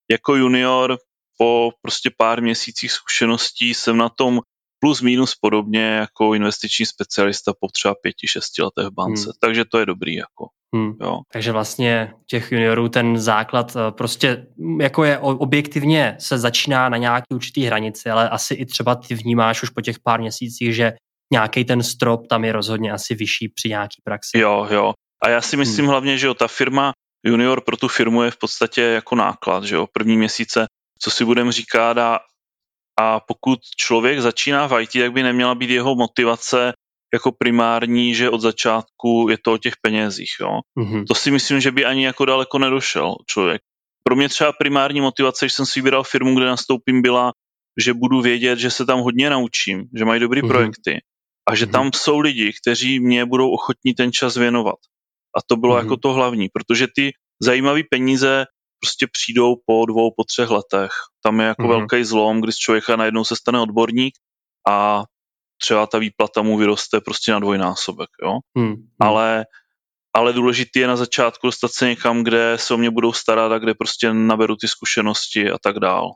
jako junior po prostě pár měsících zkušeností jsem na tom plus minus podobně jako investiční specialista po třeba 5-6 letech v bance. Takže to je dobrý. Jako. Jo. Takže vlastně těch juniorů ten základ prostě jako je objektivně se začíná na nějaký určitý hranici, ale asi i třeba ty vnímáš už po těch pár měsících, že nějaký ten strop tam je rozhodně asi vyšší při nějaký praxi. Jo. A já si myslím hlavně, že ta firma junior pro tu firmu je v podstatě jako náklad, že jo, první měsíce, co si budeme říkat a pokud člověk začíná v IT, tak by neměla být jeho motivace jako primární, že od začátku je to o těch penězích, jo. To si myslím, že by ani jako daleko nedošel člověk. Pro mě třeba primární motivace, když jsem si vybíral firmu, kde nastoupím, byla, že budu vědět, že se tam hodně naučím, že mají dobrý projekty a že tam jsou lidi, kteří mě budou ochotní ten čas věnovat. A to bylo jako to hlavní, protože ty zajímavé peníze prostě přijdou po 2, po 3 letech. Tam je jako velký zlom, když člověka najednou se stane odborník a třeba ta výplata mu vyroste prostě na 2násobek, jo. Ale důležitý je na začátku dostat se někam, kde se o mě budou starat a kde prostě naberu ty zkušenosti a tak dál.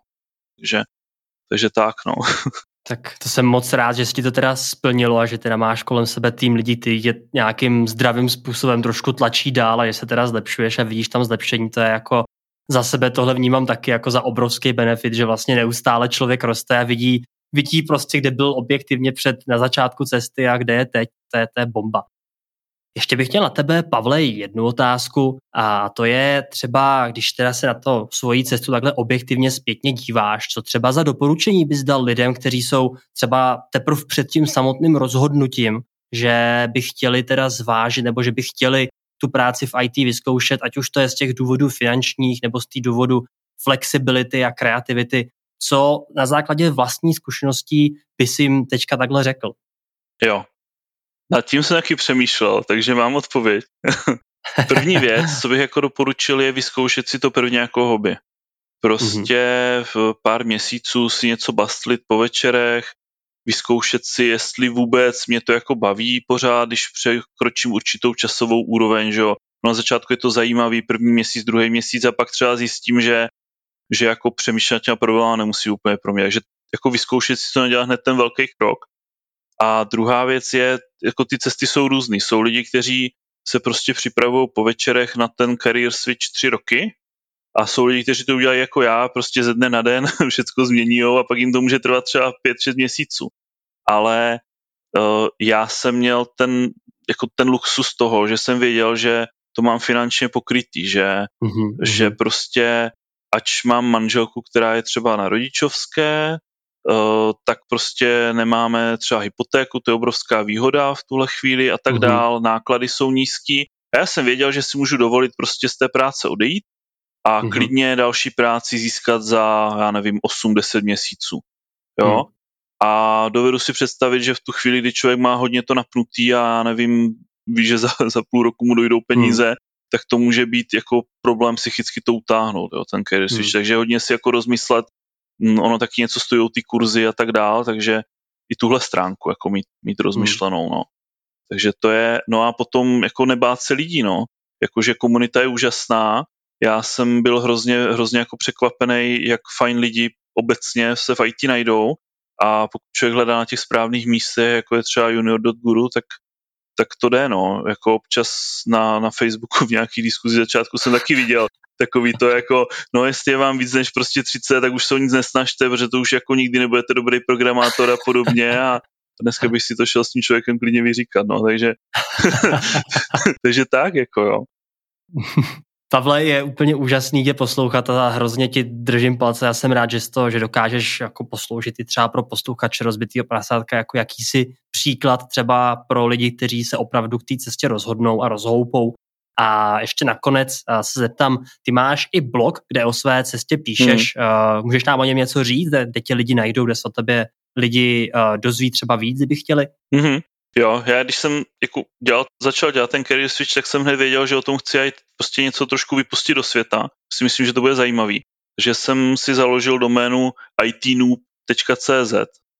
Takže tak, no. Tak to jsem moc rád, že jsi ti to teda splnilo a že teda máš kolem sebe tým lidí, kteří tě nějakým zdravým způsobem trošku tlačí dál a že se teda zlepšuješ a vidíš tam zlepšení. To je jako za sebe tohle vnímám taky jako za obrovský benefit, že vlastně neustále člověk roste a vidí prostě, kde byl objektivně na začátku cesty a kde je teď. To je bomba. Ještě bych měl na tebe, Pavle, jednu otázku a to je třeba, když teda se na to svoji cestu takhle objektivně zpětně díváš, co třeba za doporučení bys dal lidem, kteří jsou třeba teprve před tím samotným rozhodnutím, že by chtěli teda zvážit nebo že by chtěli tu práci v IT vyzkoušet, ať už to je z těch důvodů finančních nebo z těch důvodů flexibility a kreativity, co na základě vlastní zkušeností bys jim teďka takhle řekl? Jo. Nad tím jsem taky přemýšlel, takže mám odpověď. První věc, co bych jako doporučil, je vyzkoušet si to prvně jako hobby. Prostě v pár měsíců si něco bastlit po večerech, vyzkoušet si, jestli vůbec mě to jako baví pořád, když překročím určitou časovou úroveň, že jo. No na začátku je to zajímavý, první měsíc, druhý měsíc a pak třeba zjistím, že jako přemýšlet těma problémama nemusí úplně pro mě. Takže jako vyzkoušet si to nedělat hned ten velký krok. A druhá věc je, jako ty cesty jsou různý. Jsou lidi, kteří se prostě připravují po večerech na ten career switch 3 roky a jsou lidi, kteří to udělají jako já, prostě ze dne na den všecko změnijou a pak jim to může trvat třeba 5-6 měsíců. Ale já jsem měl ten luxus toho, že jsem věděl, že to mám finančně pokrytý, že prostě ač mám manželku, která je třeba na rodičovské, tak prostě nemáme třeba hypotéku, to je obrovská výhoda v tuhle chvíli a tak dál, náklady jsou nízký. A já jsem věděl, že si můžu dovolit prostě z té práce odejít a klidně další práci získat za, já nevím, 8-10 měsíců. Jo? A dovedu si představit, že v tu chvíli, kdy člověk má hodně to napnutý a já nevím, ví, že za půl roku mu dojdou peníze, tak to může být jako problém psychicky to utáhnout, jo, ten career switch. Takže hodně si jako rozmyslet, ono taky něco stojí ty kurzy a tak dál, takže i tuhle stránku jako mít rozmyšlenou, no. Takže to je, no a potom jako nebát se lidí, no. Jakože komunita je úžasná, já jsem byl hrozně jako překvapený, jak fajn lidi obecně se v IT najdou a pokud člověk hledá na těch správných místech, jako je třeba junior.guru, tak to jde, no. Jako občas na Facebooku v nějaký diskuzi začátku jsem taky viděl takový to jako, no jestli je vám víc než prostě 30, tak už se o nic nesnažte, protože to už jako nikdy nebudete dobrý programátor a podobně a dneska bych si to šel s tím člověkem klidně vyříkat, no, takže takže tak, jako jo. Pavle, je úplně úžasný tě poslouchat a hrozně ti držím palce. Já jsem rád, že dokážeš jako posloužit i třeba pro posluchače Rozbitýho prasátka jako jakýsi příklad třeba pro lidi, kteří se opravdu k té cestě rozhodnou a rozhoupou. A ještě nakonec se zeptám, ty máš i blog, kde o své cestě píšeš. Můžeš nám o něm něco říct, kde tě lidi najdou, kde se o tebe lidi dozví třeba víc, kdyby chtěli? Jo, já když jsem jako začal dělat ten career switch, tak jsem hned věděl, že o tom chci jít prostě něco trošku vypustit do světa. Si myslím, že to bude zajímavý. Takže jsem si založil doménu itnoob.cz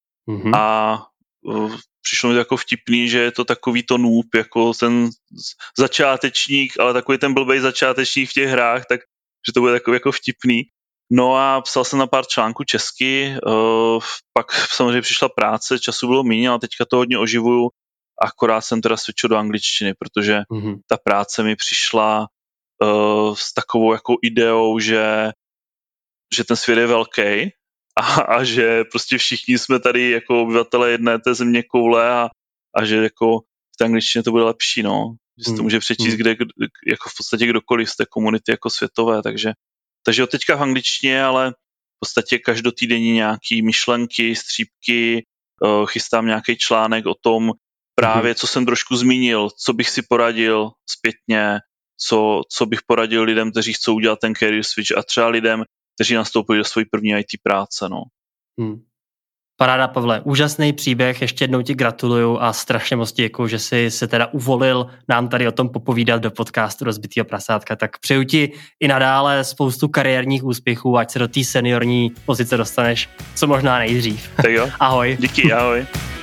a přišlo mi to jako vtipný, že je to takový to noob, jako ten začátečník, ale takový ten blbej začátečník v těch hrách, takže to bude takový jako vtipný. No a psal jsem na pár článků česky, pak samozřejmě přišla práce, času bylo méně, ale teďka to hodně oživuju, akorát jsem teda switchil do angličtiny, protože ta práce mi přišla s takovou jako ideou, že ten svět je velký a že prostě všichni jsme tady jako obyvatele jedné té země koule a že jako v té angličtině to bude lepší, no. Že se to může přečíst kde, jako v podstatě kdokoliv z té komunity jako světové, takže od teďka v angličtině, ale v podstatě každotýdenní nějaký myšlenky, střípky, chystám nějaký článek o tom právě, co jsem trošku zmínil, co bych si poradil zpětně, co bych poradil lidem, kteří chcou udělat ten career switch a třeba lidem, kteří nastoupili do své první IT práce, no. Paráda, Pavle, úžasný příběh, ještě jednou ti gratuluju a strašně moc děkuju, že jsi se teda uvolil nám tady o tom popovídat do podcastu Rozbitýho prasátka, tak přeju ti i nadále spoustu kariérních úspěchů, ať se do té seniorní pozice dostaneš co možná nejdřív. Tak jo. Ahoj. Díky, ahoj.